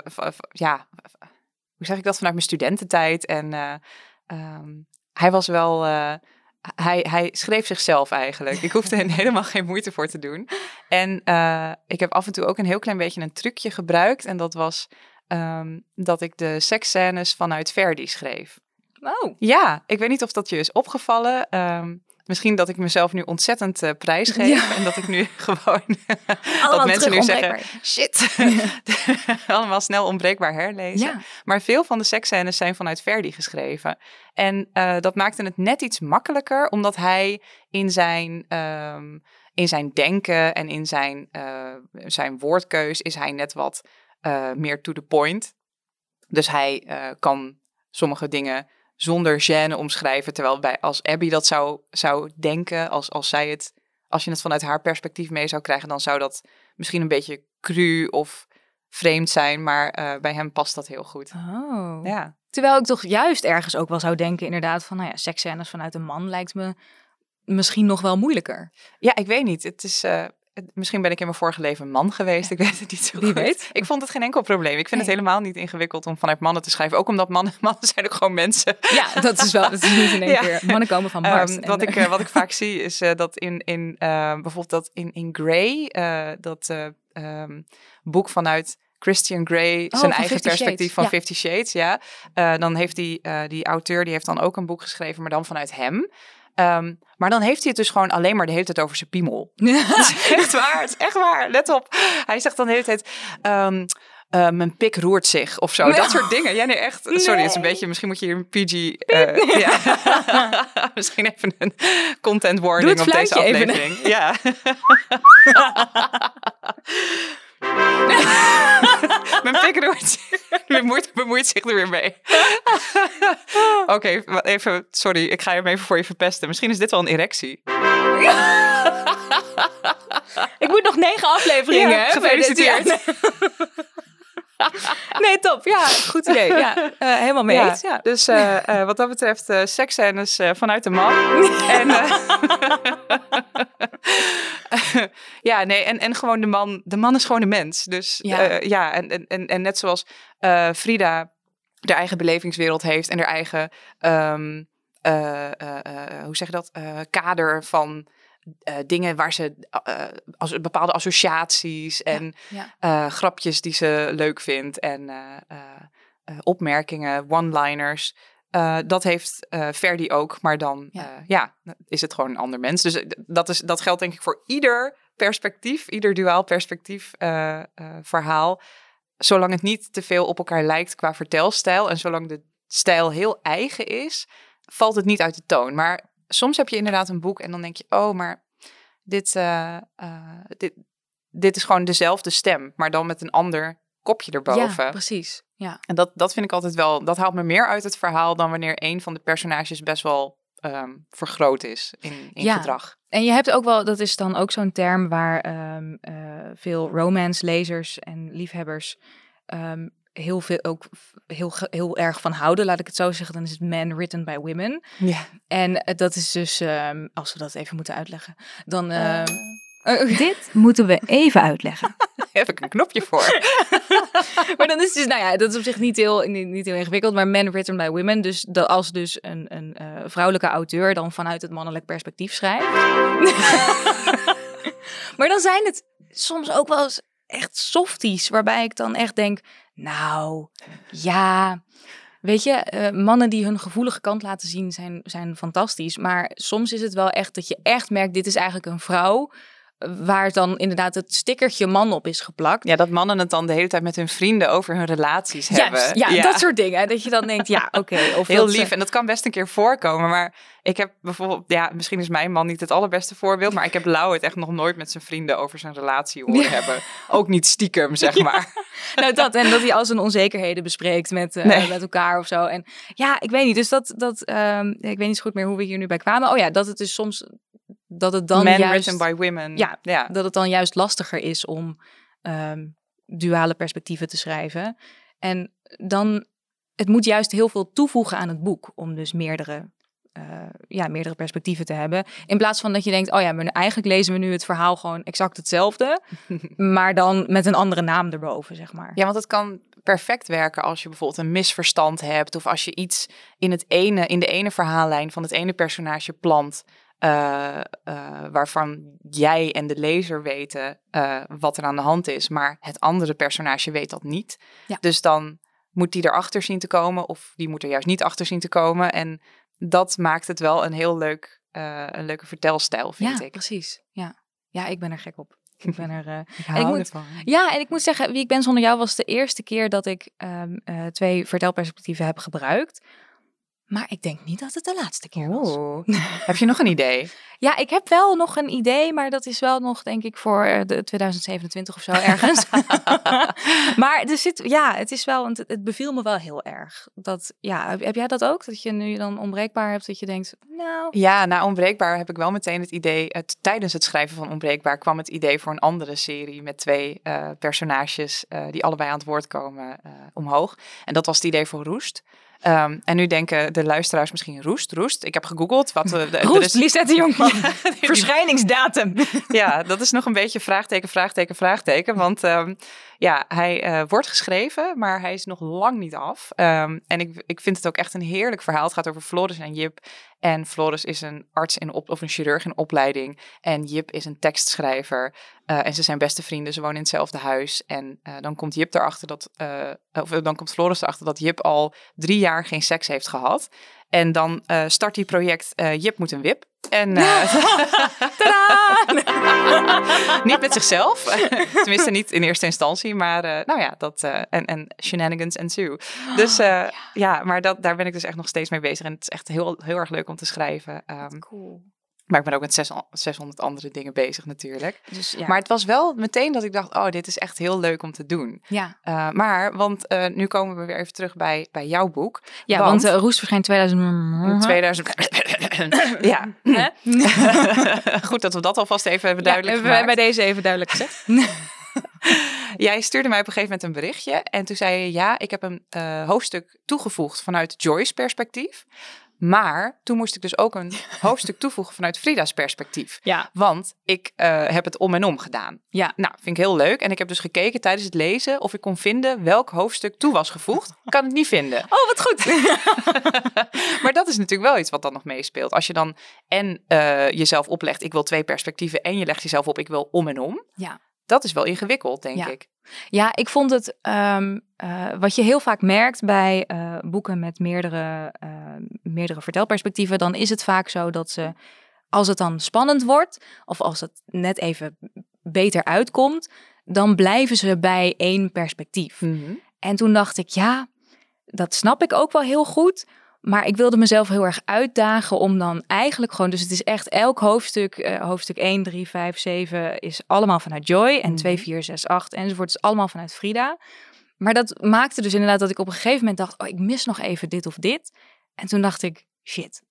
Hoe zeg ik dat, vanuit mijn studententijd. En hij was wel... Hij schreef zichzelf eigenlijk. Ik hoefde er helemaal geen moeite voor te doen. En ik heb af en toe ook een heel klein beetje een trucje gebruikt. En dat was dat ik de seksscènes vanuit Ferdy schreef. Oh. Ja, ik weet niet of dat je is opgevallen. Misschien dat ik mezelf nu ontzettend prijsgeef. Ja. En dat ik nu gewoon... dat mensen nu zeggen, shit. Allemaal snel onbreekbaar herlezen. Ja. Maar veel van de seksscènes zijn vanuit Ferdy geschreven. En dat maakte het net iets makkelijker. Omdat hij in zijn denken en in zijn woordkeus is hij net wat meer to the point. Dus hij kan sommige dingen zonder gêne omschrijven. Terwijl als Abby dat zou denken, als je het vanuit haar perspectief mee zou krijgen, dan zou dat misschien een beetje cru of vreemd zijn. Maar bij hem past dat heel goed. Oh. Ja. Terwijl ik toch juist ergens ook wel zou denken, inderdaad, van seksscènes vanuit een man lijkt me misschien nog wel moeilijker. Ja, ik weet niet. Het is... Misschien ben ik in mijn vorige leven een man geweest. Ik weet het niet zo Wie goed. weet. Ik vond het geen enkel probleem. Ik vind het helemaal niet ingewikkeld om vanuit mannen te schrijven. Ook omdat mannen zijn ook gewoon mensen. Ja, dat is niet in één keer. Mannen komen van Mars. Wat ik vaak zie is dat bijvoorbeeld dat in Grey, boek vanuit Christian Grey, zijn eigen 50 perspectief Shades. van 50 Shades. Ja. Dan heeft die auteur, die heeft dan ook een boek geschreven, maar dan vanuit hem. Maar dan heeft hij het dus gewoon alleen maar de hele tijd over zijn piemel. Dat is echt waar, het is echt waar. Let op. Hij zegt dan de hele tijd... mijn pik roert zich of zo. Dat soort dingen. Ja, nee, echt. Sorry, het is een beetje... Misschien moet je hier een PG... ja. Misschien even een content warning op deze aflevering. Even. Ja. Mijn pik roert zich. Bemoeit zich er weer mee. Oké, even... Sorry, ik ga hem even voor je verpesten. Misschien is dit wel een erectie. Ik moet nog 9 afleveringen. Ja, gefeliciteerd. Nee, top. Ja, goed idee. Ja, helemaal mee eens. Ja. Dus wat dat betreft seksscènes vanuit de man. En gewoon de man is gewoon een mens. Dus en net zoals Frida haar eigen belevingswereld heeft en haar eigen, hoe zeg je dat, kader van... dingen waar ze bepaalde associaties en grapjes die ze leuk vindt en opmerkingen, one-liners. Dat heeft Verdi ook, maar dan is het gewoon een ander mens. Dus dat geldt denk ik voor ieder perspectief, ieder duaal perspectief verhaal. Zolang het niet te veel op elkaar lijkt qua vertelstijl en zolang de stijl heel eigen is, valt het niet uit de toon. Maar soms heb je inderdaad een boek en dan denk je, oh, maar dit is gewoon dezelfde stem, maar dan met een ander kopje erboven. Ja, precies. Ja. En dat vind ik altijd wel, dat haalt me meer uit het verhaal dan wanneer een van de personages best wel vergroot is in gedrag. En je hebt ook wel, dat is dan ook zo'n term waar veel romance-lezers en liefhebbers heel erg van houden, laat ik het zo zeggen. Dan is het man written by women. Ja. En dat is dus, als we dat even moeten uitleggen, dan... Dit moeten we even uitleggen. Daar heb ik een knopje voor. Maar dan is het dus, dat is op zich niet heel ingewikkeld, maar man written by women. Dus als dus een vrouwelijke auteur dan vanuit het mannelijk perspectief schrijft. Maar dan zijn het soms ook wel eens echt softies, waarbij ik dan echt denk, nou, ja, weet je, mannen die hun gevoelige kant laten zien zijn fantastisch. Maar soms is het wel echt dat je echt merkt, dit is eigenlijk een vrouw waar dan inderdaad het stickertje man op is geplakt. Ja, dat mannen het dan de hele tijd met hun vrienden over hun relaties hebben. Ja, dat soort dingen. Dat je dan denkt, ja, oké. Heel lief. En dat kan best een keer voorkomen. Maar ik heb bijvoorbeeld, misschien is mijn man niet het allerbeste voorbeeld, maar ik heb Lau het echt nog nooit met zijn vrienden over zijn relatie horen hebben. Ook niet stiekem, zeg maar. Nou, dat hij al zijn onzekerheden bespreekt met elkaar of zo. En ja, ik weet niet. Dus ik weet niet zo goed meer hoe we hier nu bij kwamen. Oh ja, dat het dus soms... dat het dan Men juist... written by women. Ja, dat het dan juist lastiger is om duale perspectieven te schrijven. En dan... Het moet juist heel veel toevoegen aan het boek om dus meerdere perspectieven te hebben. In plaats van dat je denkt, maar eigenlijk lezen we nu het verhaal gewoon exact hetzelfde, maar dan met een andere naam erboven, zeg maar. Ja, want het kan perfect werken als je bijvoorbeeld een misverstand hebt of als je iets in de ene verhaallijn van het ene personage plant, waarvan jij en de lezer weten wat er aan de hand is, maar het andere personage weet dat niet. Ja. Dus dan moet die erachter zien te komen of die moet er juist niet achter zien te komen. En dat maakt het wel een heel een leuke vertelstijl, vind ik. Precies. Ja, ik ben er gek op. Ik ben er. Ik hou ervan. Ja, en ik moet zeggen, Wie ik ben zonder jou was de eerste keer dat ik 2 vertelperspectieven heb gebruikt. Maar ik denk niet dat het de laatste keer was. Heb je nog een idee? Ja, ik heb wel nog een idee, maar dat is wel nog, denk ik, voor de 2027 of zo ergens. Maar het is wel, het beviel me wel heel erg. Heb jij dat ook? Dat je nu dan Onbreekbaar hebt, dat je denkt, nou... Ja, na Onbreekbaar heb ik wel meteen het idee, tijdens het schrijven van Onbreekbaar kwam het idee voor een andere serie met 2 personages die allebei aan het woord komen omhoog. En dat was het idee voor Roest. En nu denken de luisteraars misschien Roest. Ik heb gegoogeld. Roest, Lisette Jongman. Verschijningsdatum. Ja, dat is nog een beetje vraagteken. Want hij wordt geschreven, maar hij is nog lang niet af. En ik vind het ook echt een heerlijk verhaal. Het gaat over Floris en Jip. En Floris is een arts of een chirurg in opleiding. En Jip is een tekstschrijver. En ze zijn beste vrienden. Ze wonen in hetzelfde huis. En dan komt Jip erachter dan komt Floris erachter dat Jip al 3 jaar geen seks heeft gehad. En dan start die project Jip moet een wip. En niet met zichzelf. Tenminste niet in eerste instantie. Maar en shenanigans ensue. Dus maar daar ben ik dus echt nog steeds mee bezig. En het is echt heel, heel erg leuk om te schrijven. Cool. Maar ik ben ook met 600 andere dingen bezig natuurlijk. Dus, Maar het was wel meteen dat ik dacht, dit is echt heel leuk om te doen. Ja. Want nu komen we weer even terug bij jouw boek. Ja, want Roest verschijnt 2000. Ja. Goed dat we dat alvast even hebben duidelijk gemaakt. Hebben bij deze even duidelijk gezegd. Jij stuurde mij op een gegeven moment een berichtje. En toen zei je, ik heb een hoofdstuk toegevoegd vanuit Joy's perspectief. Maar toen moest ik dus ook een hoofdstuk toevoegen vanuit Frida's perspectief. Ja. Want ik heb het om en om gedaan. Ja. Nou, vind ik heel leuk. En ik heb dus gekeken tijdens het lezen of ik kon vinden welk hoofdstuk toe was gevoegd. Kan het niet vinden. Oh, wat goed. Maar dat is natuurlijk wel iets wat dan nog meespeelt. Als je dan jezelf oplegt, ik wil 2 perspectieven. En je legt jezelf op, ik wil om en om. Ja. Dat is wel ingewikkeld, denk ik. Ja, ik vond het, wat je heel vaak merkt bij boeken met meerdere vertelperspectieven, dan is het vaak zo dat ze, als het dan spannend wordt, of als het net even beter uitkomt, dan blijven ze bij 1 perspectief. Mm-hmm. En toen dacht ik, dat snap ik ook wel heel goed. Maar ik wilde mezelf heel erg uitdagen om dan eigenlijk gewoon... Dus het is echt elk hoofdstuk, hoofdstuk 1, 3, 5, 7... is allemaal vanuit Joy. En 2, 4, 6, 8 enzovoort is allemaal vanuit Frida. Maar dat maakte dus inderdaad dat ik op een gegeven moment dacht... ik mis nog even dit of dit. En toen dacht ik, shit.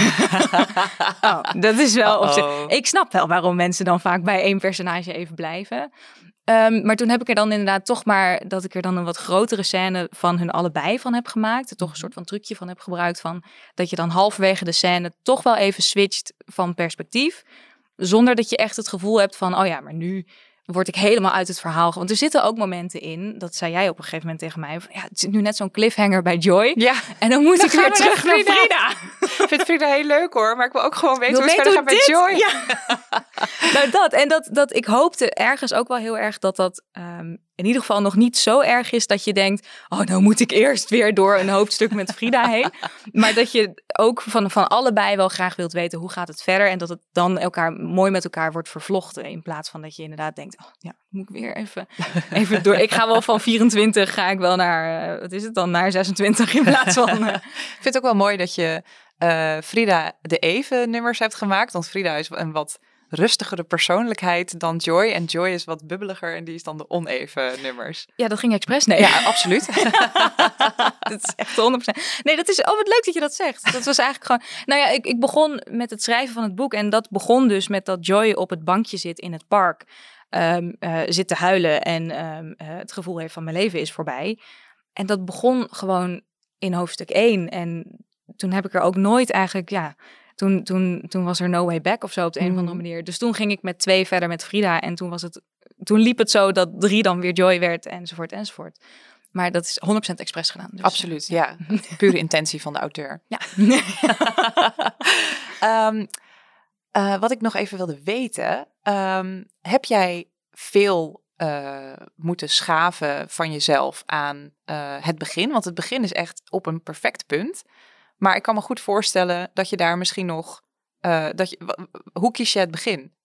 Dat is wel... Ik snap wel waarom mensen dan vaak bij 1 personage even blijven... maar toen heb ik er dan inderdaad toch maar dat ik er dan een wat grotere scène van hun allebei van heb gemaakt. Toch een soort van trucje van heb gebruikt van dat je dan halverwege de scène toch wel even switcht van perspectief. Zonder dat je echt het gevoel hebt van, maar nu word ik helemaal uit het verhaal. Want er zitten ook momenten in, dat zei jij op een gegeven moment tegen mij. Van, het zit nu net zo'n cliffhanger bij Joy. Ja. En dan moet ik weer terug naar Frida. Ik vind Frida heel leuk hoor, maar ik wil ook gewoon weten hoe het verder gaat met Joy. Ja. Nou dat, en dat ik hoopte ergens ook wel heel erg dat in ieder geval nog niet zo erg is dat je denkt, nou moet ik eerst weer door een hoofdstuk met Frida heen. Maar dat je ook van allebei wel graag wilt weten hoe gaat het verder en dat het dan mooi met elkaar wordt vervlochten. In plaats van dat je inderdaad denkt, moet ik weer even door. Ik ga wel van 24, ga ik wel naar, wat is het dan, naar 26 in plaats van... Ik vind het ook wel mooi dat je Frida de even nummers hebt gemaakt. Want Frida is een wat rustigere persoonlijkheid dan Joy. En Joy is wat bubbeliger en die is dan de oneven nummers. Ja, dat ging expres. Nee. Ja, absoluut. Dat is echt 100%. Nee, dat is, wat leuk dat je dat zegt. Dat was eigenlijk gewoon... Nou ja, ik begon met het schrijven van het boek. En dat begon dus met dat Joy op het bankje zit in het park. Zit te huilen en het gevoel heeft van mijn leven is voorbij. En dat begon gewoon in hoofdstuk 1. En toen heb ik er ook nooit eigenlijk... Toen was er no way back of zo op de een of andere manier. Dus toen ging ik met 2 verder met Frida. En toen liep het zo dat 3 dan weer Joy werd enzovoort. Maar dat is 100% expres gedaan. Dus, absoluut, ja. Pure intentie van de auteur. Ja. Wat ik nog even wilde weten. Heb jij veel moeten schaven van jezelf aan het begin? Want het begin is echt op een perfect punt. Maar ik kan me goed voorstellen dat je daar misschien nog... hoe kies je het begin?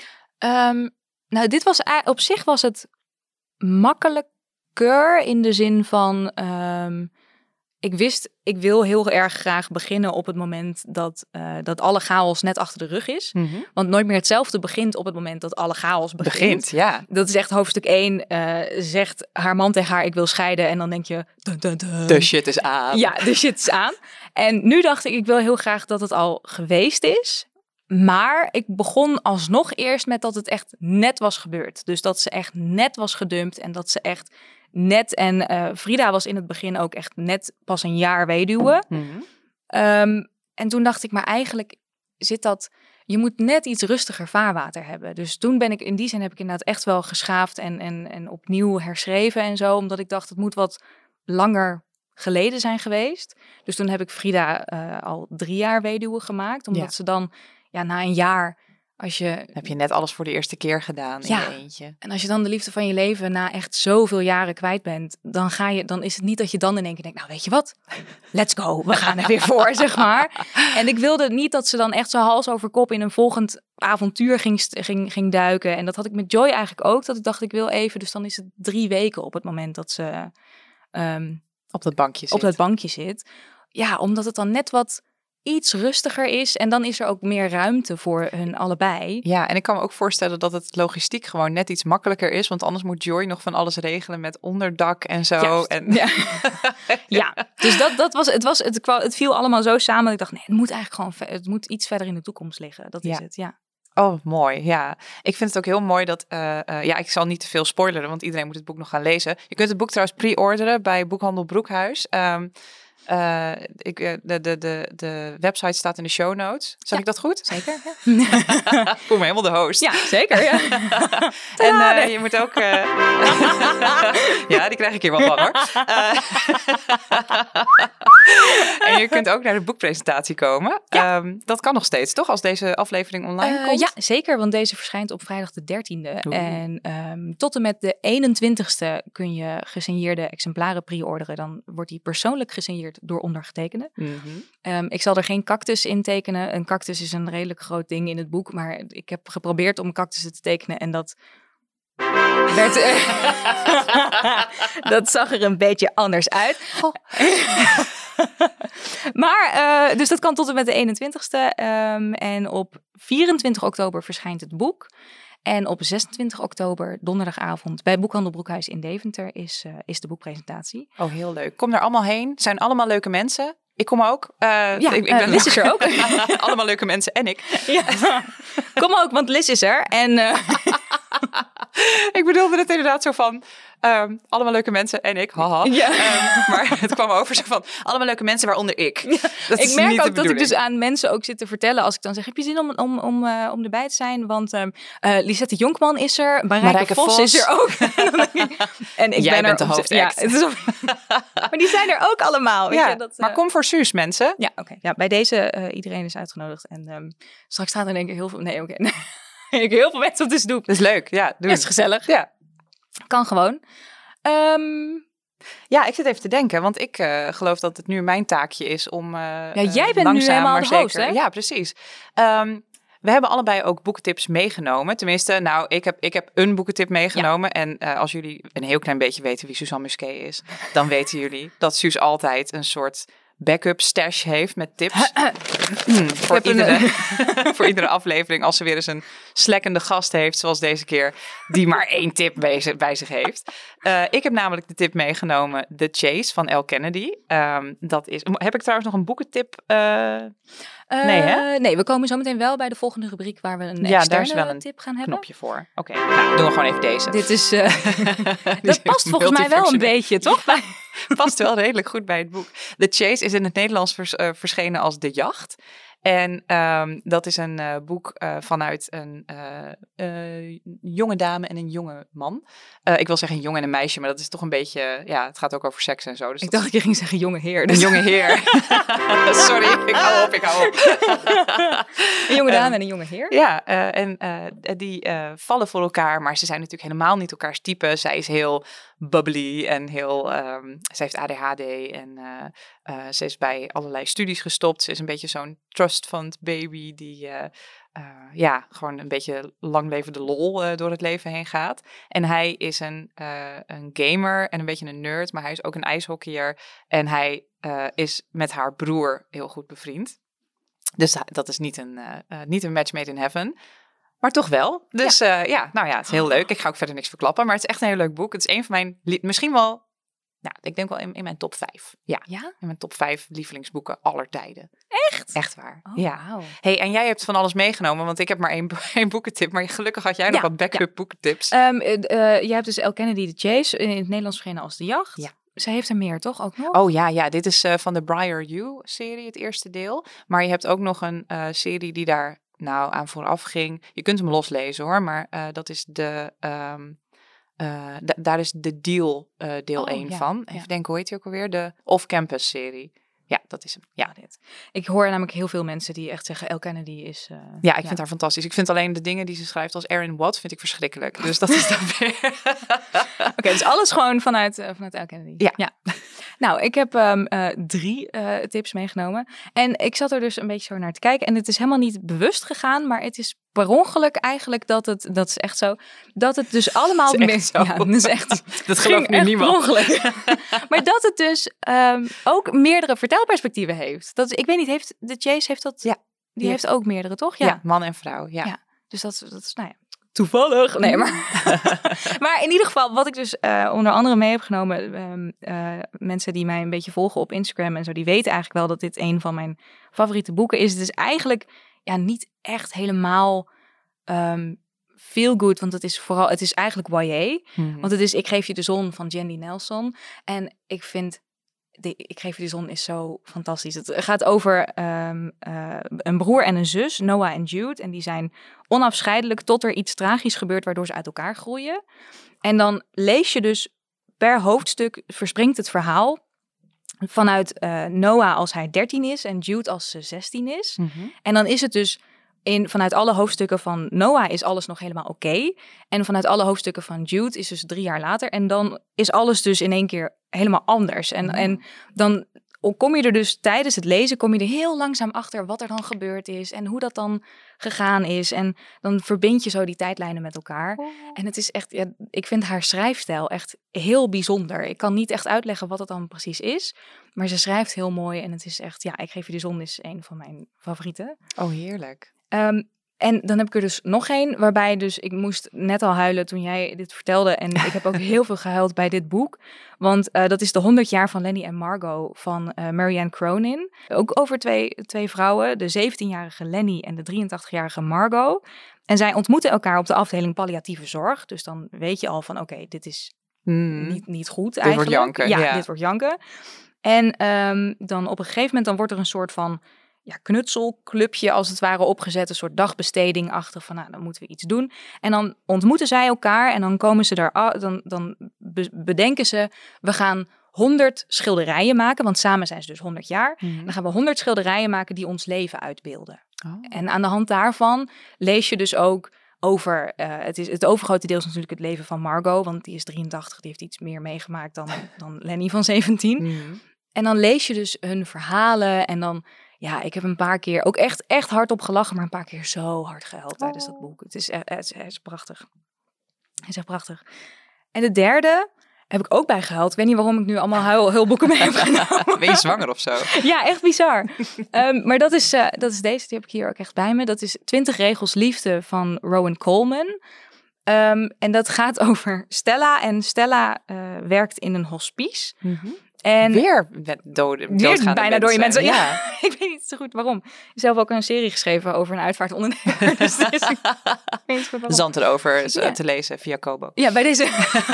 Dit was op zich was het makkelijker in de zin van... ik wist, ik wil heel erg graag beginnen op het moment dat alle chaos net achter de rug is. Mm-hmm. Want Nooit meer hetzelfde begint op het moment dat alle chaos begint. Ja. Dat is echt hoofdstuk 1. Zegt haar man tegen haar, ik wil scheiden. En dan denk je... De shit is aan. Ja, de shit is aan. En nu dacht ik wil heel graag dat het al geweest is. Maar ik begon alsnog eerst met dat het echt net was gebeurd. Dus dat ze echt net was gedumpt en dat ze echt net. En Frida was in het begin ook echt net pas een jaar weduwe. Mhm. En toen dacht ik, maar eigenlijk zit dat... Je moet net iets rustiger vaarwater hebben. Dus toen ben ik, in die zin heb ik inderdaad echt wel geschaafd en opnieuw herschreven en zo. Omdat ik dacht, het moet wat langer geleden zijn geweest. Dus toen heb ik Frida al 3 jaar weduwe gemaakt. Omdat ze dan, na een jaar, als je... Heb je net alles voor de eerste keer gedaan in je eentje. En als je dan de liefde van je leven na echt zoveel jaren kwijt bent, dan is het niet dat je dan in één keer denkt, nou weet je wat, let's go, we gaan er weer voor, zeg maar. En ik wilde niet dat ze dan echt zo hals over kop in een volgend avontuur ging duiken. En dat had ik met Joy eigenlijk ook, dat ik dacht, ik wil even, dus dan is het 3 weken op het moment dat ze op dat bankje zit. Ja, omdat het dan net wat iets rustiger is. En dan is er ook meer ruimte voor hun allebei. Ja, en ik kan me ook voorstellen dat het logistiek gewoon net iets makkelijker is. Want anders moet Joy nog van alles regelen met onderdak en zo. Juist. En... Ja, dus het viel allemaal zo samen. Dat ik dacht, nee, het moet eigenlijk gewoon het moet iets verder in de toekomst liggen. Dat is het, ja. Oh, mooi. Ja, ik vind het ook heel mooi dat... ik zal niet te veel spoileren, want iedereen moet het boek nog gaan lezen. Je kunt het boek trouwens pre-orderen bij Boekhandel Broekhuis. De website staat in de show notes. Zeg ik dat goed? Zeker. Ja. Voel me helemaal de host. Ja, zeker. Ja. En je moet ook... ja, die krijg ik hier wel van, hoor. En je kunt ook naar de boekpresentatie komen. Ja. Dat kan nog steeds, toch? Als deze aflevering online komt? Ja, zeker. Want deze verschijnt op vrijdag de 13e. Oeh. En tot en met de 21ste kun je gesigneerde exemplaren pre-orderen. Dan wordt die persoonlijk gesigneerd door ondergetekende. Mm-hmm. Ik zal er geen cactus in tekenen. Een cactus is een redelijk groot ding in het boek. Maar ik heb geprobeerd om cactussen te tekenen. En dat werd... dat zag er een beetje anders uit. Oh. Maar, dus dat kan tot en met de 21ste. En op 24 oktober verschijnt het boek. En op 26 oktober, donderdagavond, bij Boekhandel Broekhuis in Deventer is de boekpresentatie. Oh, heel leuk. Kom daar allemaal heen. Het zijn allemaal leuke mensen. Ik kom ook. Liz is er ook. Allemaal leuke mensen en ik. Ja. Kom ook, want Liz is er. En ik bedoelde het inderdaad zo van... allemaal leuke mensen en ik, haha. Ja. Maar het kwam over zo van... allemaal leuke mensen, waaronder ik. Ja. Dat ik merk ook dat ik dus aan mensen ook zit te vertellen... als ik dan zeg, heb je zin om erbij te zijn? Want Lisette Jonkman is er. Marijke Vos is er ook. En jij bent de hoofdact. Ja, maar die zijn er ook allemaal. Ja, weet je, maar kom voor Suus, mensen. Ja, oké. Ja, bij deze, iedereen is uitgenodigd. En straks staan er denk ik heel veel... Nee, oké. Ik heel veel mensen op de stoep. Dat is leuk, ja. Dat is gezellig. Ja. Kan gewoon. Ja, ik zit even te denken, want ik geloof dat het nu mijn taakje is om jij bent langzaam, nu helemaal maar de zeker, host, hè? Ja, precies. We hebben allebei ook boekentips meegenomen. Tenminste, nou, ik heb een boekentip meegenomen. Ja. En als jullie een heel klein beetje weten wie Suzanne Musquet is, dan weten jullie dat Suus altijd een soort backup stash heeft met tips. Voor iedere aflevering, als ze weer eens een slekkende gast heeft, zoals deze keer, die maar 1 tip bij zich heeft. Ik heb namelijk de tip meegenomen, The Chase van Elle Kennedy. Dat is. Heb ik trouwens nog een boekentip? Nee, hè? Nee, we komen zo meteen wel bij de volgende rubriek waar we een externe tip gaan hebben. Knopje voor. Oké, nou, doen we gewoon even deze. Dit is... dat past volgens mij wel een beetje, toch? Past wel redelijk goed bij het boek. The Chase is in het Nederlands verschenen als De Jacht. En dat is een boek vanuit een jonge dame en een jonge man. Ik wil zeggen een jongen en een meisje, maar dat is toch een beetje... Ja, het gaat ook over seks en zo. Dus ik dacht dat je ging zeggen jonge heer. Dus... Een jonge heer. Sorry, ik hou op. Een jonge dame en een jonge heer. Ja, die vallen voor elkaar, maar ze zijn natuurlijk helemaal niet elkaars type. Zij is heel bubbly en heel... ze heeft ADHD en ze is bij allerlei studies gestopt. Ze is een beetje zo'n trust fund baby die gewoon een beetje lang levende lol door het leven heen gaat. En hij is een gamer en een beetje een nerd, maar hij is ook een ijshockeyer. En hij is met haar broer heel goed bevriend. Dus dat is niet een match made in heaven. Maar toch wel. Dus het is heel leuk. Ik ga ook verder niks verklappen, maar het is echt een heel leuk boek. Het is een van mijn, misschien wel Nou, ik denk wel in mijn top 5. Ja, Ja? in mijn top 5 lievelingsboeken aller tijden. Echt? Echt waar. Oh, ja. wauw. Hey, en jij hebt van alles meegenomen, want ik heb maar één boekentip. Maar gelukkig had jij nog wat backup boekentips. Je hebt dus El Kennedy The Chase, in het Nederlands verschenen als De Jacht. Ja. Zij heeft er meer, toch? Ook nog? Oh ja, dit is van de Briar You-serie, het eerste deel. Maar je hebt ook nog een serie die daar aan vooraf ging. Je kunt hem loslezen hoor, maar dat is daar is de Deal deel 1 van. Even denken, hoe heet die ook alweer? De Off-Campus serie. Ja, dat is hem. Ja. Ik hoor namelijk heel veel mensen die echt zeggen, El Kennedy is... Ik vind haar fantastisch. Ik vind alleen de dingen die ze schrijft als Erin Watt vind ik verschrikkelijk. Dus dat is dan weer... Oké, dus alles gewoon vanuit El Kennedy. Ja. Nou, ik heb 3 tips meegenomen. En ik zat er dus een beetje zo naar te kijken. En het is helemaal niet bewust gegaan, maar het is per ongeluk eigenlijk dat is echt zo, dat het dus allemaal... Dat is echt zo. Ja, dat is echt... Dat gelooft nu echt niemand. per ongeluk. Maar dat het dus ook meerdere vertelperspectieven heeft. Ik weet niet, The Chase heeft dat... Ja. Die heeft ook meerdere, toch? Ja, man en vrouw. Ja. Dus dat is, nou ja, toevallig. Nee, maar... maar in ieder geval, wat ik dus onder andere mee heb genomen... mensen die mij een beetje volgen op Instagram en zo... die weten eigenlijk wel dat dit een van mijn favoriete boeken is. Het is eigenlijk niet echt helemaal feel good... want het is eigenlijk YA. Mm-hmm. Want het is Ik geef je de zon van Jandy Nelson. En ik vind... Ik geef je de zon is zo fantastisch. Het gaat over een broer en een zus, Noah en Jude. En die zijn onafscheidelijk tot er iets tragisch gebeurt waardoor ze uit elkaar groeien. En dan lees je dus per hoofdstuk verspringt het verhaal vanuit Noah als hij 13 is en Jude als ze 16 is. Mm-hmm. En dan is het dus vanuit alle hoofdstukken van Noah is alles nog helemaal oké. En vanuit alle hoofdstukken van Jude is dus 3 jaar later. En dan is alles dus in één keer helemaal anders. En dan kom je er dus tijdens het lezen, kom je er heel langzaam achter wat er dan gebeurd is. En hoe dat dan gegaan is. En dan verbind je zo die tijdlijnen met elkaar. Oh. En het is echt, ik vind haar schrijfstijl echt heel bijzonder. Ik kan niet echt uitleggen wat het dan precies is. Maar ze schrijft heel mooi. En het is echt, Ik geef je de zon is een van mijn favorieten. Oh, heerlijk. En dan heb ik er dus nog één, waarbij dus ik moest net al huilen toen jij dit vertelde. En ik heb ook heel veel gehuild bij dit boek. Want dat is de 100 jaar van Lenny en Margot van Marianne Cronin. Ook over twee vrouwen, de 17-jarige Lenny en de 83-jarige Margot. En zij ontmoeten elkaar op de afdeling palliatieve zorg. Dus dan weet je al van oké, dit is niet goed dit eigenlijk. Wordt janken, ja, dit wordt janken. En dan op een gegeven moment dan wordt er een soort van knutselclubje als het ware opgezet. Een soort dagbesteding achter van dan moeten we iets doen. En dan ontmoeten zij elkaar en dan komen ze daar, dan bedenken ze, we gaan 100 schilderijen maken, want samen zijn ze dus 100 jaar. Mm-hmm. Dan gaan we 100 schilderijen maken die ons leven uitbeelden. Oh. En aan de hand daarvan lees je dus ook over, het overgrote deel is natuurlijk het leven van Margot, want die is 83, die heeft iets meer meegemaakt dan Lenny van 17. Mm-hmm. En dan lees je dus hun verhalen en dan, ik heb een paar keer ook echt hard op gelachen, maar een paar keer zo hard gehuild tijdens dat boek. Het is prachtig. Het is echt prachtig. En de derde heb ik ook bij gehuild. Ik weet niet waarom ik nu allemaal huilboeken mee heb genomen. Ben je zwanger of zo? Ja, echt bizar. Maar dat is deze, die heb ik hier ook echt bij me. Dat is 20 regels liefde van Rowan Coleman. En dat gaat over Stella. En Stella werkt in een hospice. Mm-hmm. En weer bijna door je mensen. Ja. Ik weet niet zo goed waarom. Ik heb zelf ook een serie geschreven over een uitvaartondernemer. Dus ik weet niet goed waarom. Zand erover te lezen via Kobo. Ja, bij deze.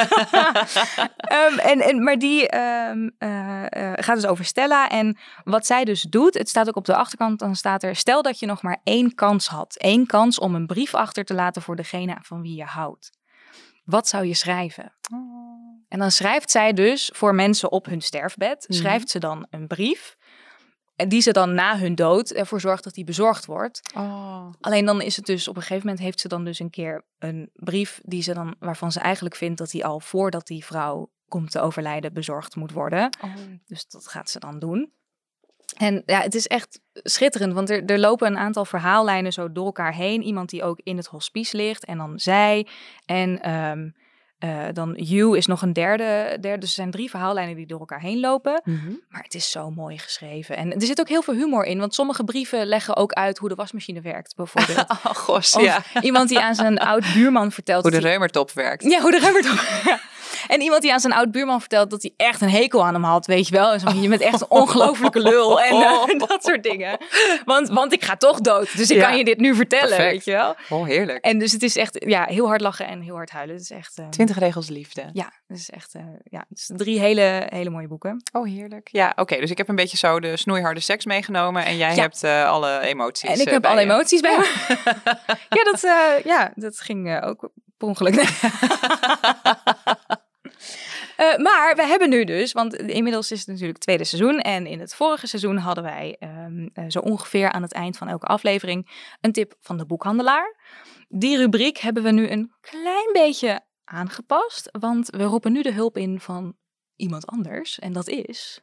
Maar die gaat dus over Stella. En wat zij dus doet, het staat ook op de achterkant, dan staat er, stel dat je nog maar 1 kans had. 1 kans om een brief achter te laten voor degene van wie je houdt. Wat zou je schrijven? En dan schrijft zij dus voor mensen op hun sterfbed, schrijft ze dan een brief. En die ze dan na hun dood ervoor zorgt dat die bezorgd wordt. Oh. Alleen dan is het dus, op een gegeven moment heeft ze dan dus een keer een brief waarvan ze eigenlijk vindt dat die al voordat die vrouw komt te overlijden bezorgd moet worden. Oh. Dus dat gaat ze dan doen. En het is echt schitterend, want er lopen een aantal verhaallijnen zo door elkaar heen. Iemand die ook in het hospice ligt en dan zij. En dan You is nog een derde. Dus er zijn 3 verhaallijnen die door elkaar heen lopen. Mm-hmm. Maar het is zo mooi geschreven. En er zit ook heel veel humor in. Want sommige brieven leggen ook uit hoe de wasmachine werkt, bijvoorbeeld. Oh, gos, ja. Iemand die aan zijn oud buurman vertelt. Hoe de reumertop werkt. Ja, hoe de reumertop. Ja. En iemand die aan zijn oud-buurman vertelt dat hij echt een hekel aan hem had, weet je wel. En zo, je bent echt een ongelofelijke lul en dat soort dingen. Want ik ga toch dood, dus ik kan je dit nu vertellen, Perfect. weet je wel. Oh, heerlijk. En dus het is echt heel hard lachen en heel hard huilen. Het is echt... 20 regels liefde. Ja, het is echt... het is 3 hele mooie boeken. Oh, heerlijk. Ja, oké. Dus ik heb een beetje zo de snoeiharde seks meegenomen en jij hebt alle emoties. En ik heb bij alle je. emoties bij me. Dat ging ook per ongeluk. Maar we hebben nu dus, want inmiddels is het natuurlijk het tweede seizoen. En in het vorige seizoen hadden wij zo ongeveer aan het eind van elke aflevering een tip van de boekhandelaar. Die rubriek hebben we nu een klein beetje aangepast, want we roepen nu de hulp in van iemand anders. En dat is...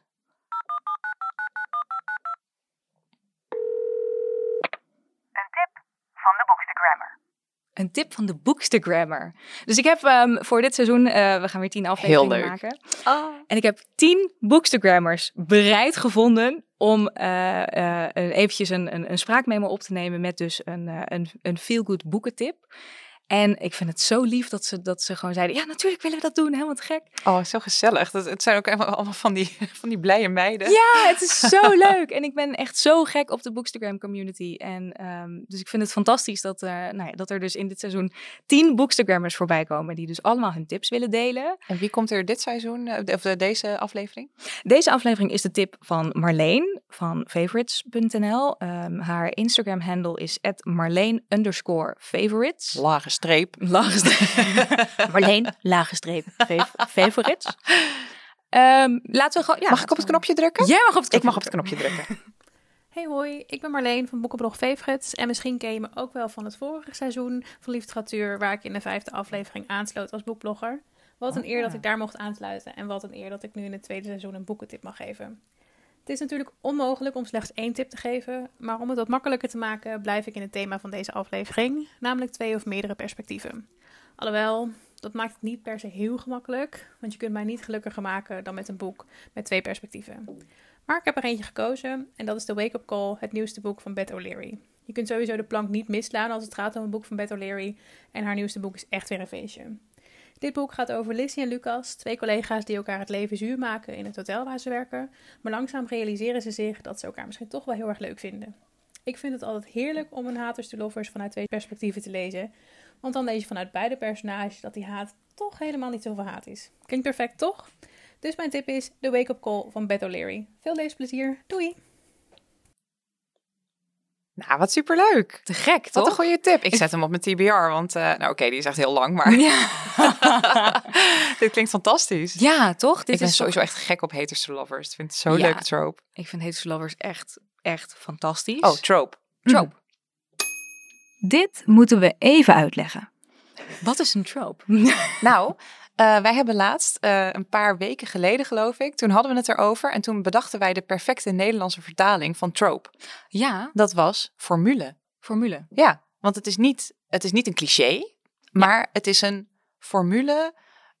Een tip van de Bookstagrammer. Dus ik heb voor dit seizoen, we gaan weer 10 afleveringen maken. En ik heb 10 Bookstagrammers bereid gevonden om eventjes een spraakmemo op te nemen met dus een feel-good boekentip. En ik vind het zo lief dat ze gewoon zeiden, ja, natuurlijk willen we dat doen, helemaal te gek. Oh, zo gezellig. Het zijn ook allemaal van die blije meiden. Ja, het is zo leuk. En ik ben echt zo gek op de Bookstagram community. En dus ik vind het fantastisch dat er dus in dit seizoen 10 Bookstagrammers voorbij komen die dus allemaal hun tips willen delen. En wie komt er dit seizoen, of deze aflevering? Deze aflevering is de tip van Marleen van favorites.nl. Haar Instagram handle is @Marleen_favorites. Lage streep. Marleen, favorites. Laten we gewoon... Ja, Mag ik op het knopje drukken? Jij mag op het knopje Ik mag op het knopje drukken. Hey hoi, ik ben Marleen van Boekenblog Favorites en misschien ken je me ook wel van het vorige seizoen van Literatuur waar ik in de 5e aflevering aansloot als boekblogger. Wat een eer dat ik daar mocht aansluiten en wat een eer dat ik nu in het tweede seizoen een boekentip mag geven. Het is natuurlijk onmogelijk om slechts 1 tip te geven, maar om het wat makkelijker te maken blijf ik in het thema van deze aflevering, namelijk 2 of meerdere perspectieven. Alhoewel, dat maakt het niet per se heel gemakkelijk, want je kunt mij niet gelukkiger maken dan met een boek met 2 perspectieven. Maar ik heb er eentje gekozen en dat is The Wake-up Call, het nieuwste boek van Beth O'Leary. Je kunt sowieso de plank niet misslaan als het gaat om een boek van Beth O'Leary en haar nieuwste boek is echt weer een feestje. Dit boek gaat over Lizzie en Lucas, 2 collega's die elkaar het leven zuur maken in het hotel waar ze werken, maar langzaam realiseren ze zich dat ze elkaar misschien toch wel heel erg leuk vinden. Ik vind het altijd heerlijk om een haters to lovers vanuit 2 perspectieven te lezen, want dan lees je vanuit beide personages dat die haat toch helemaal niet zoveel haat is. Klinkt perfect, toch? Dus mijn tip is The Wake-up Call van Beth O'Leary. Veel leesplezier, doei! Nou, wat superleuk. Te gek, toch? Wat een goede tip. Ik zet hem op mijn TBR, want die is echt heel lang, maar Ja, dit klinkt fantastisch. ja toch? Dit Ik ben is sowieso echt gek op haters to lovers. Ik vind het zo Ja. leuk, trope. Ik vind haters to lovers echt fantastisch. Oh, trope. trope. Dit moeten we even uitleggen. Wat is een trope? Nou, wij hebben laatst, een paar weken geleden geloof ik, toen hadden we het erover en toen bedachten wij de perfecte Nederlandse vertaling van trope. Ja, Dat was formule. formule. Ja, want het is niet een cliché, maar het is een formule.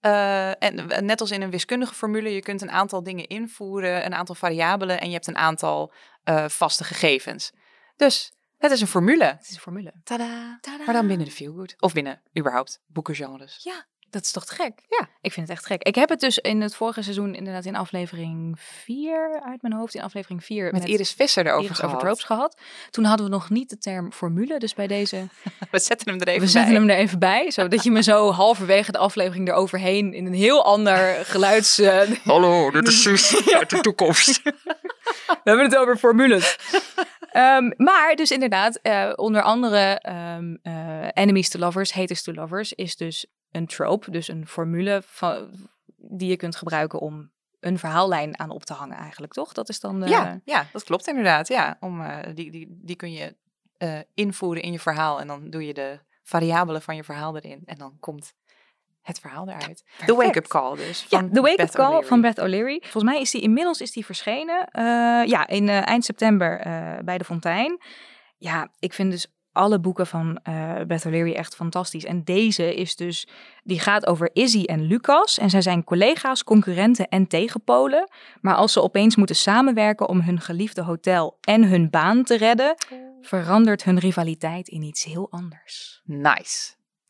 En net als in een wiskundige formule, je kunt een aantal dingen invoeren, een aantal variabelen en je hebt een aantal vaste gegevens. Dus het is een formule. Het is een formule. Tada! Tadaa. Maar dan binnen de feelgood. Of binnen überhaupt boekengenres. Ja, dat is toch te gek? Ja. Ik vind het echt gek. Ik heb het dus in het vorige seizoen inderdaad in aflevering 4 uit mijn hoofd. In aflevering 4 Met Iris Visser erover Iris gehad. over tropes gehad. Toen hadden we nog niet de term formule. Dus bij deze, We zetten hem er even we bij. zetten hem er even bij. Zodat je me zo halverwege de aflevering eroverheen in een heel ander geluids... Hallo, dit is Suus uit de toekomst. We hebben het over formules. Maar dus inderdaad, onder andere enemies to lovers, haters to lovers is dus een trope. Dus een formule die je kunt gebruiken om een verhaallijn aan op te hangen eigenlijk, toch? Dat is dan... Ja, dat klopt inderdaad. Ja, die kun je invoeren in je verhaal en dan doe je de variabelen van je verhaal erin en dan komt het verhaal eruit. De wake-up call dus. Ja, Van de wake-up Beth call O'Leary. van Beth O'Leary. Volgens mij is die inmiddels verschenen. In eind september bij de Fontein. Ja, ik vind dus alle boeken van Beth O'Leary echt fantastisch. En deze is dus, die gaat over Izzy en Lucas. En zij zijn collega's, concurrenten en tegenpolen. Maar als ze opeens moeten samenwerken om hun geliefde hotel en hun baan te redden, verandert hun rivaliteit in iets heel anders. Nice.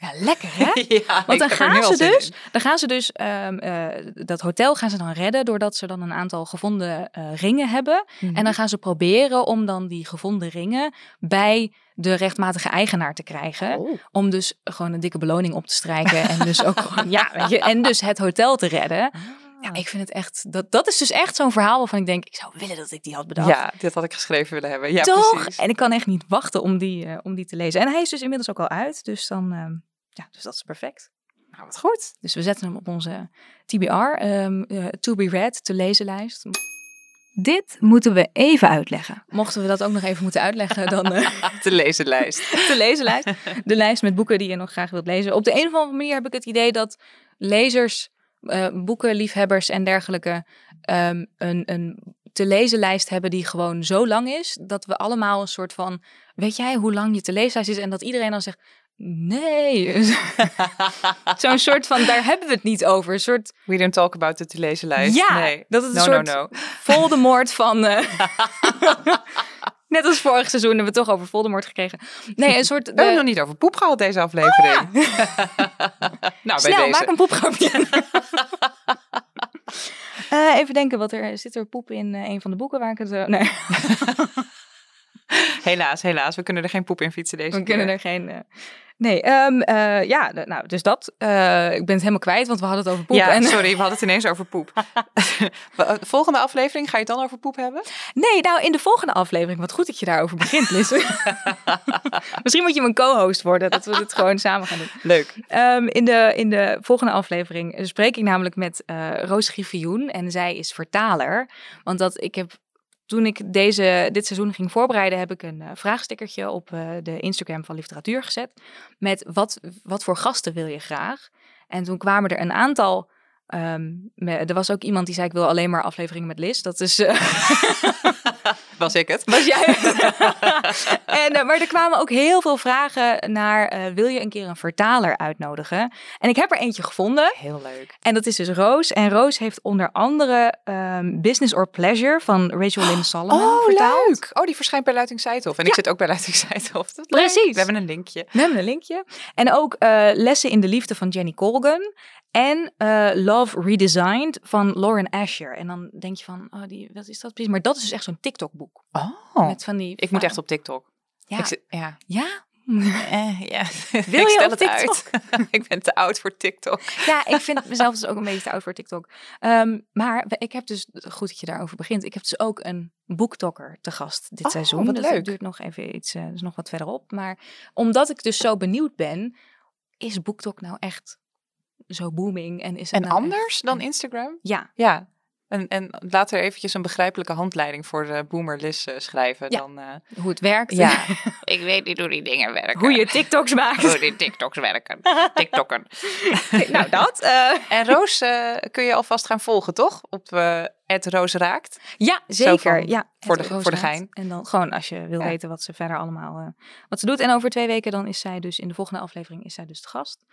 Ja, lekker hè? Ja, Want dan ik heb er nu al zin in. gaan ze dus dat hotel gaan ze dan redden doordat ze dan een aantal gevonden ringen hebben. Mhm. En dan gaan ze proberen om dan die gevonden ringen bij de rechtmatige eigenaar te krijgen. Oh. Om dus gewoon een dikke beloning op te strijken. En dus ook gewoon, weet je, en dus het hotel te redden. Ja, ik vind het echt, dat is dus echt zo'n verhaal waarvan ik denk, ik zou willen dat ik die had bedacht. Ja, dit had ik geschreven willen hebben. Ja, Toch? precies. En ik kan echt niet wachten om die te lezen. En hij is dus inmiddels ook al uit, dus dan, dus dat is perfect. Nou, wat goed. Dus we zetten hem op onze TBR, to be read, te lezen lijst. Dit moeten we even uitleggen. Mochten we dat ook nog even moeten uitleggen, dan De lezenlijst. de lezenlijst. De lijst met boeken die je nog graag wilt lezen. Op de een of andere manier heb ik het idee dat lezers, boekenliefhebbers en dergelijke een te lezen lijst hebben die gewoon zo lang is, dat we allemaal een soort van, weet jij hoe lang je te leeslijst is? En dat iedereen dan zegt, nee. Zo'n soort van, daar hebben we het niet over. Een soort, We don't talk about the te lezenlijst. ja, Nee. dat het een soort No. Voldemort van... net als vorig seizoen hebben we het toch over Voldemort gekregen. Nee, een soort... We hebben nog niet over poep gehad deze aflevering. Nou, Snel, bij deze. maak een poepgrapje. Even denken, zit er poep in een van de boeken waar ik het... nee, Helaas. We kunnen er geen poep in fietsen deze we keer. kunnen er geen... Nee, dus dat. Ik ben het helemaal kwijt, want we hadden het over poep. Ja, sorry, we hadden het ineens over poep. De volgende aflevering, ga je het dan over poep hebben? Nee, nou, in de volgende aflevering, wat goed dat je daarover begint, Lisse. Misschien moet je mijn co-host worden, dat we dit gewoon samen gaan doen. Leuk. In de volgende aflevering spreek ik namelijk met Roos Griffioen en zij is vertaler. Want toen ik dit seizoen ging voorbereiden, heb ik een vraagstickertje op de Instagram van Literatuur gezet. Met wat voor gasten wil je graag? En toen kwamen er een aantal... er was ook iemand die zei, ik wil alleen maar afleveringen met Liz. Dat is... Was ik het? Was jij maar er kwamen ook heel veel vragen naar, wil je een keer een vertaler uitnodigen? En ik heb er eentje gevonden. Heel leuk. En dat is dus Roos. En Roos heeft onder andere Business or Pleasure van Rachel Lynn Solomon vertaald. Leuk. Oh, die verschijnt bij Luiting Seithof. En ik zit ook bij Luiting Seithof. Dat is leuk. Precies. We hebben een linkje. We hebben een linkje. En ook Lessen in de Liefde van Jenny Colgan. En Love Redesigned van Lauren Asher. En dan denk je van, wat is dat precies? Maar dat is dus echt zo'n TikTok-boek. Oh, Met van die ik moet echt op TikTok. Ja. Ja. Ja? Ja. Wil Ik je stel op het TikTok? uit. Ik ben te oud voor TikTok. Ja, ik vind mezelf dus ook een beetje te oud voor TikTok. Maar ik heb dus, goed dat je daarover begint, ik heb dus ook een boektokker te gast dit seizoen. Wat Dat leuk. duurt nog even iets, dus nog wat verderop. Maar omdat ik dus zo benieuwd ben, is BookTok nou echt zo booming? En is het En nou anders echt... dan Instagram? Ja. Ja. En laten we eventjes een begrijpelijke handleiding voor Boomer Liz schrijven. Ja. Dan, Hoe het werkt. ja. Ik weet niet hoe die dingen werken. Hoe je TikToks maakt. Hoe die TikToks werken. TikTokken. Nou, dat. En Roos kun je alvast gaan volgen, toch? Op @Roos Raakt. Ja, Zo zeker. van, Ja, voor het de Roosraad. gein. En dan gewoon als je wil Ja. weten wat ze verder allemaal wat ze doet. En over 2 weken dan is zij dus in de volgende aflevering is zij dus de gast.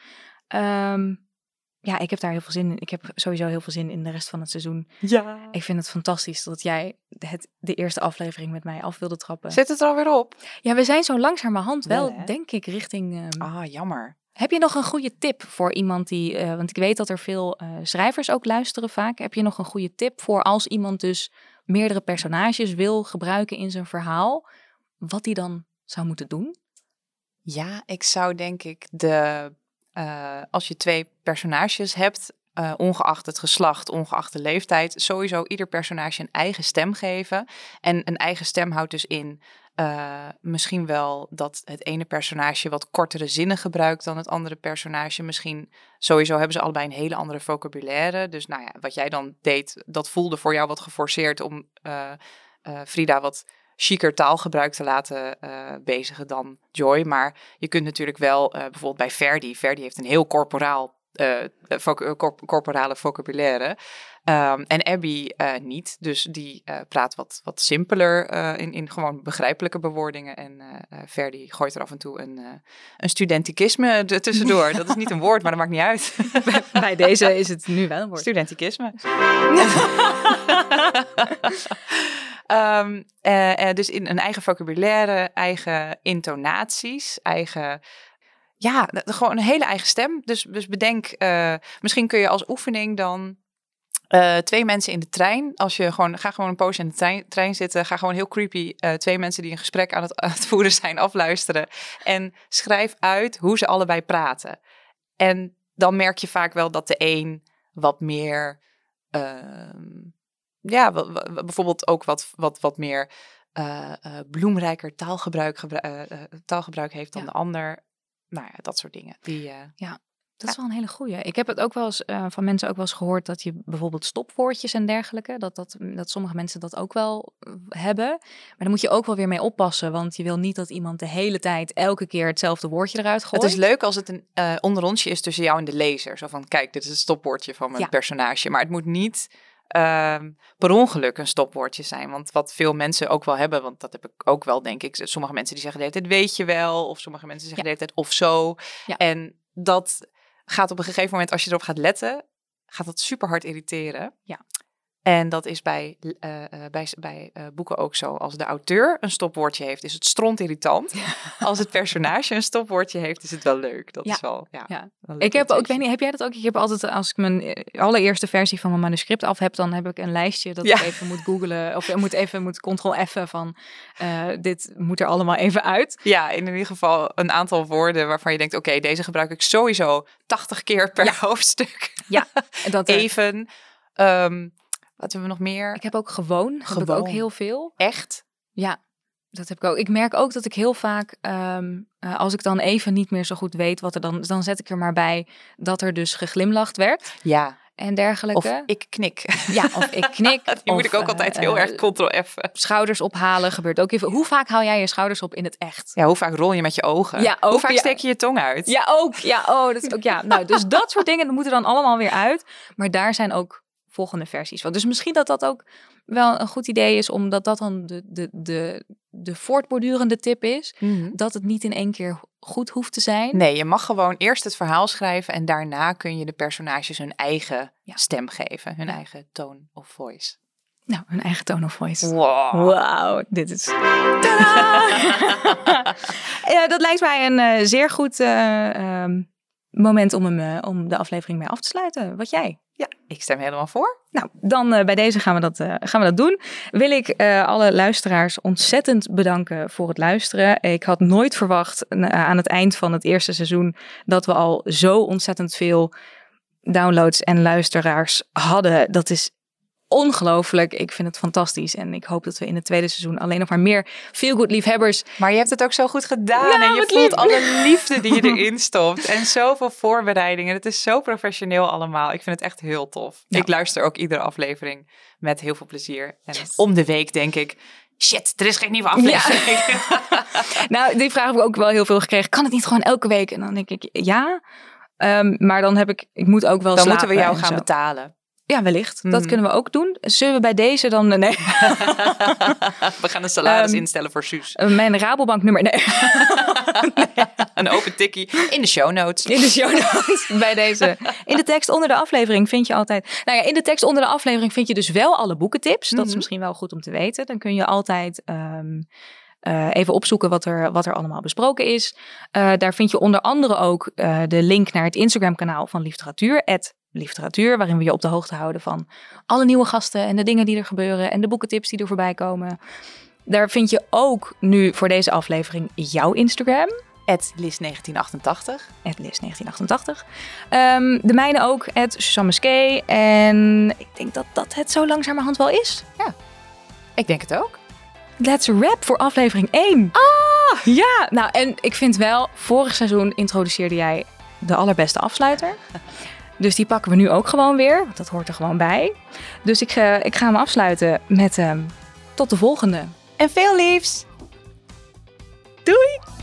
Ja, ik heb daar heel veel zin in. Ik heb sowieso heel veel zin in de rest van het seizoen. Ja. Ik vind het fantastisch dat jij de eerste aflevering met mij af wilde trappen. Zit het er alweer op? Ja, we zijn zo langzamerhand wel, hè? denk ik, richting... Jammer. Heb je nog een goede tip voor iemand die... want ik weet dat er veel schrijvers ook luisteren vaak. Heb je nog een goede tip voor als iemand dus meerdere personages wil gebruiken in zijn verhaal? Wat die dan zou moeten doen? Ja, ik zou denk ik als je 2 personages hebt, ongeacht het geslacht, ongeacht de leeftijd, sowieso ieder personage een eigen stem geven. En een eigen stem houdt dus in misschien wel dat het ene personage wat kortere zinnen gebruikt dan het andere personage. Misschien sowieso hebben ze allebei een hele andere vocabulaire. Dus nou ja, wat jij dan deed, dat voelde voor jou wat geforceerd om Frida wat chiquer taalgebruik te laten bezigen dan Joy. Maar je kunt natuurlijk wel bijvoorbeeld bij Ferdi. Ferdi heeft een heel corporale vocabulaire. En Abby niet. Dus die praat wat simpeler in gewoon begrijpelijke bewoordingen. En Ferdi gooit er af en toe een studentikisme tussendoor. Dat is niet een woord, maar dat maakt niet uit. Bij deze is het nu wel een woord. Studentikisme. Dus in een eigen vocabulaire, eigen intonaties, eigen gewoon een hele eigen stem. Dus bedenk, misschien kun je als oefening dan 2 mensen in de trein. Ga gewoon een poosje in de trein zitten. Ga gewoon heel creepy 2 mensen die een gesprek aan het voeren zijn afluisteren. En schrijf uit hoe ze allebei praten. En dan merk je vaak wel dat de een wat meer... bijvoorbeeld ook wat meer bloemrijker taalgebruik heeft dan de ander. Nou ja, dat soort dingen. Dat is wel een hele goeie. Ik heb het ook wel eens van mensen ook wel eens gehoord dat je bijvoorbeeld stopwoordjes en dergelijke, dat sommige mensen dat ook wel hebben. Maar dan moet je ook wel weer mee oppassen, want je wil niet dat iemand de hele tijd elke keer hetzelfde woordje eruit gooit. Het is leuk als het een onderrondje is tussen jou en de lezer. Zo van, kijk, dit is het stopwoordje van mijn personage. Maar het moet niet per ongeluk een stopwoordje zijn. Want wat veel mensen ook wel hebben, want dat heb ik ook wel, denk ik. Sommige mensen die zeggen de hele tijd weet je wel, of sommige mensen zeggen de hele tijd of zo. Ja. En dat gaat op een gegeven moment, als je erop gaat letten, gaat dat super hard irriteren. Ja. En dat is bij boeken ook zo. Als de auteur een stopwoordje heeft, is het strontirritant. Ja. Als het personage een stopwoordje heeft, is het wel leuk. Dat is wel, ik heb ook, ik weet niet, heb jij dat ook? Ik heb altijd, als ik mijn allereerste versie van mijn manuscript af heb, dan heb ik een lijstje dat ik even moet googlen. Of moet Ctrl-F van, dit moet er allemaal even uit. Ja, in ieder geval een aantal woorden waarvan je denkt, oké, deze gebruik ik sowieso 80 keer per hoofdstuk. Ja. Dat even... wat hebben we nog meer? Ik heb ook gewoon. Heb ik ook heel veel. Echt? Ja, dat heb ik ook. Ik merk ook dat ik heel vaak, als ik dan even niet meer zo goed weet wat er dan zet ik er maar bij dat er dus geglimlacht werd. Ja. En dergelijke. Of ik knik. Ja, of ik knik. Die moet ik ook altijd heel erg Ctrl-F. Schouders ophalen gebeurt ook even. Hoe vaak haal jij je schouders op in het echt? Ja, hoe vaak rol je met je ogen? Ja, ook, hoe vaak steek je je tong uit? Ja, ook. Ja, dat is ook. Ja, nou, dus dat soort dingen moeten dan allemaal weer uit. Maar daar zijn ook volgende versies van. Dus misschien dat ook wel een goed idee is, omdat dat dan de voortbordurende tip is. Mm-hmm. Dat het niet in één keer goed hoeft te zijn. Nee, je mag gewoon eerst het verhaal schrijven en daarna kun je de personages hun eigen stem geven. Hun eigen tone of voice. Nou, hun eigen tone of voice. Wow, dit is... dat lijkt mij een zeer goed moment om de aflevering mee af te sluiten. Wat jij? Ja, ik stem helemaal voor. Nou, dan bij deze gaan we dat doen. Wil ik alle luisteraars ontzettend bedanken voor het luisteren. Ik had nooit verwacht aan het eind van het eerste seizoen dat we al zo ontzettend veel downloads en luisteraars hadden. Dat is ongelooflijk. Ik vind het fantastisch. En ik hoop dat we in het tweede seizoen alleen nog maar meer feelgood liefhebbers. Maar je hebt het ook zo goed gedaan. En je voelt alle liefde die je erin stopt. En zoveel voorbereidingen. Het is zo professioneel allemaal. Ik vind het echt heel tof. Ja. Ik luister ook iedere aflevering met heel veel plezier. En om de week denk ik, shit, er is geen nieuwe aflevering. Ja. Nou, die vraag heb ik ook wel heel veel gekregen. Kan het niet gewoon elke week? En dan denk ik, ja. Maar dan ik moet ook wel dan slapen. Dan moeten we jou gaan betalen. Ja, wellicht. Dat kunnen we ook doen. Zullen we bij deze dan... Nee. We gaan een salaris instellen voor Suus. Mijn Rabobanknummer. Nee. Een open tikkie in de show notes. In de show notes. Bij deze. In de tekst onder de aflevering vind je altijd... Nou ja, in de tekst onder de aflevering vind je dus wel alle boekentips. Dat is misschien wel goed om te weten. Dan kun je altijd... even opzoeken wat er allemaal besproken is. Daar vind je onder andere ook de link naar het Instagram kanaal van Lifteratuur, waarin we je op de hoogte houden van alle nieuwe gasten en de dingen die er gebeuren en de boekentips die er voorbij komen. Daar vind je ook nu voor deze aflevering jouw Instagram. @Lis1988. @Lis1988. De mijne ook, @Suzanne Musquet. En ik denk dat het zo langzamerhand wel is. Ja, ik denk het ook. That's a wrap voor aflevering 1. Ah! Ja, nou en ik vind wel, vorig seizoen introduceerde jij de allerbeste afsluiter. Dus die pakken we nu ook gewoon weer, want dat hoort er gewoon bij. Dus ik ga hem afsluiten met tot de volgende. En veel liefs! Doei!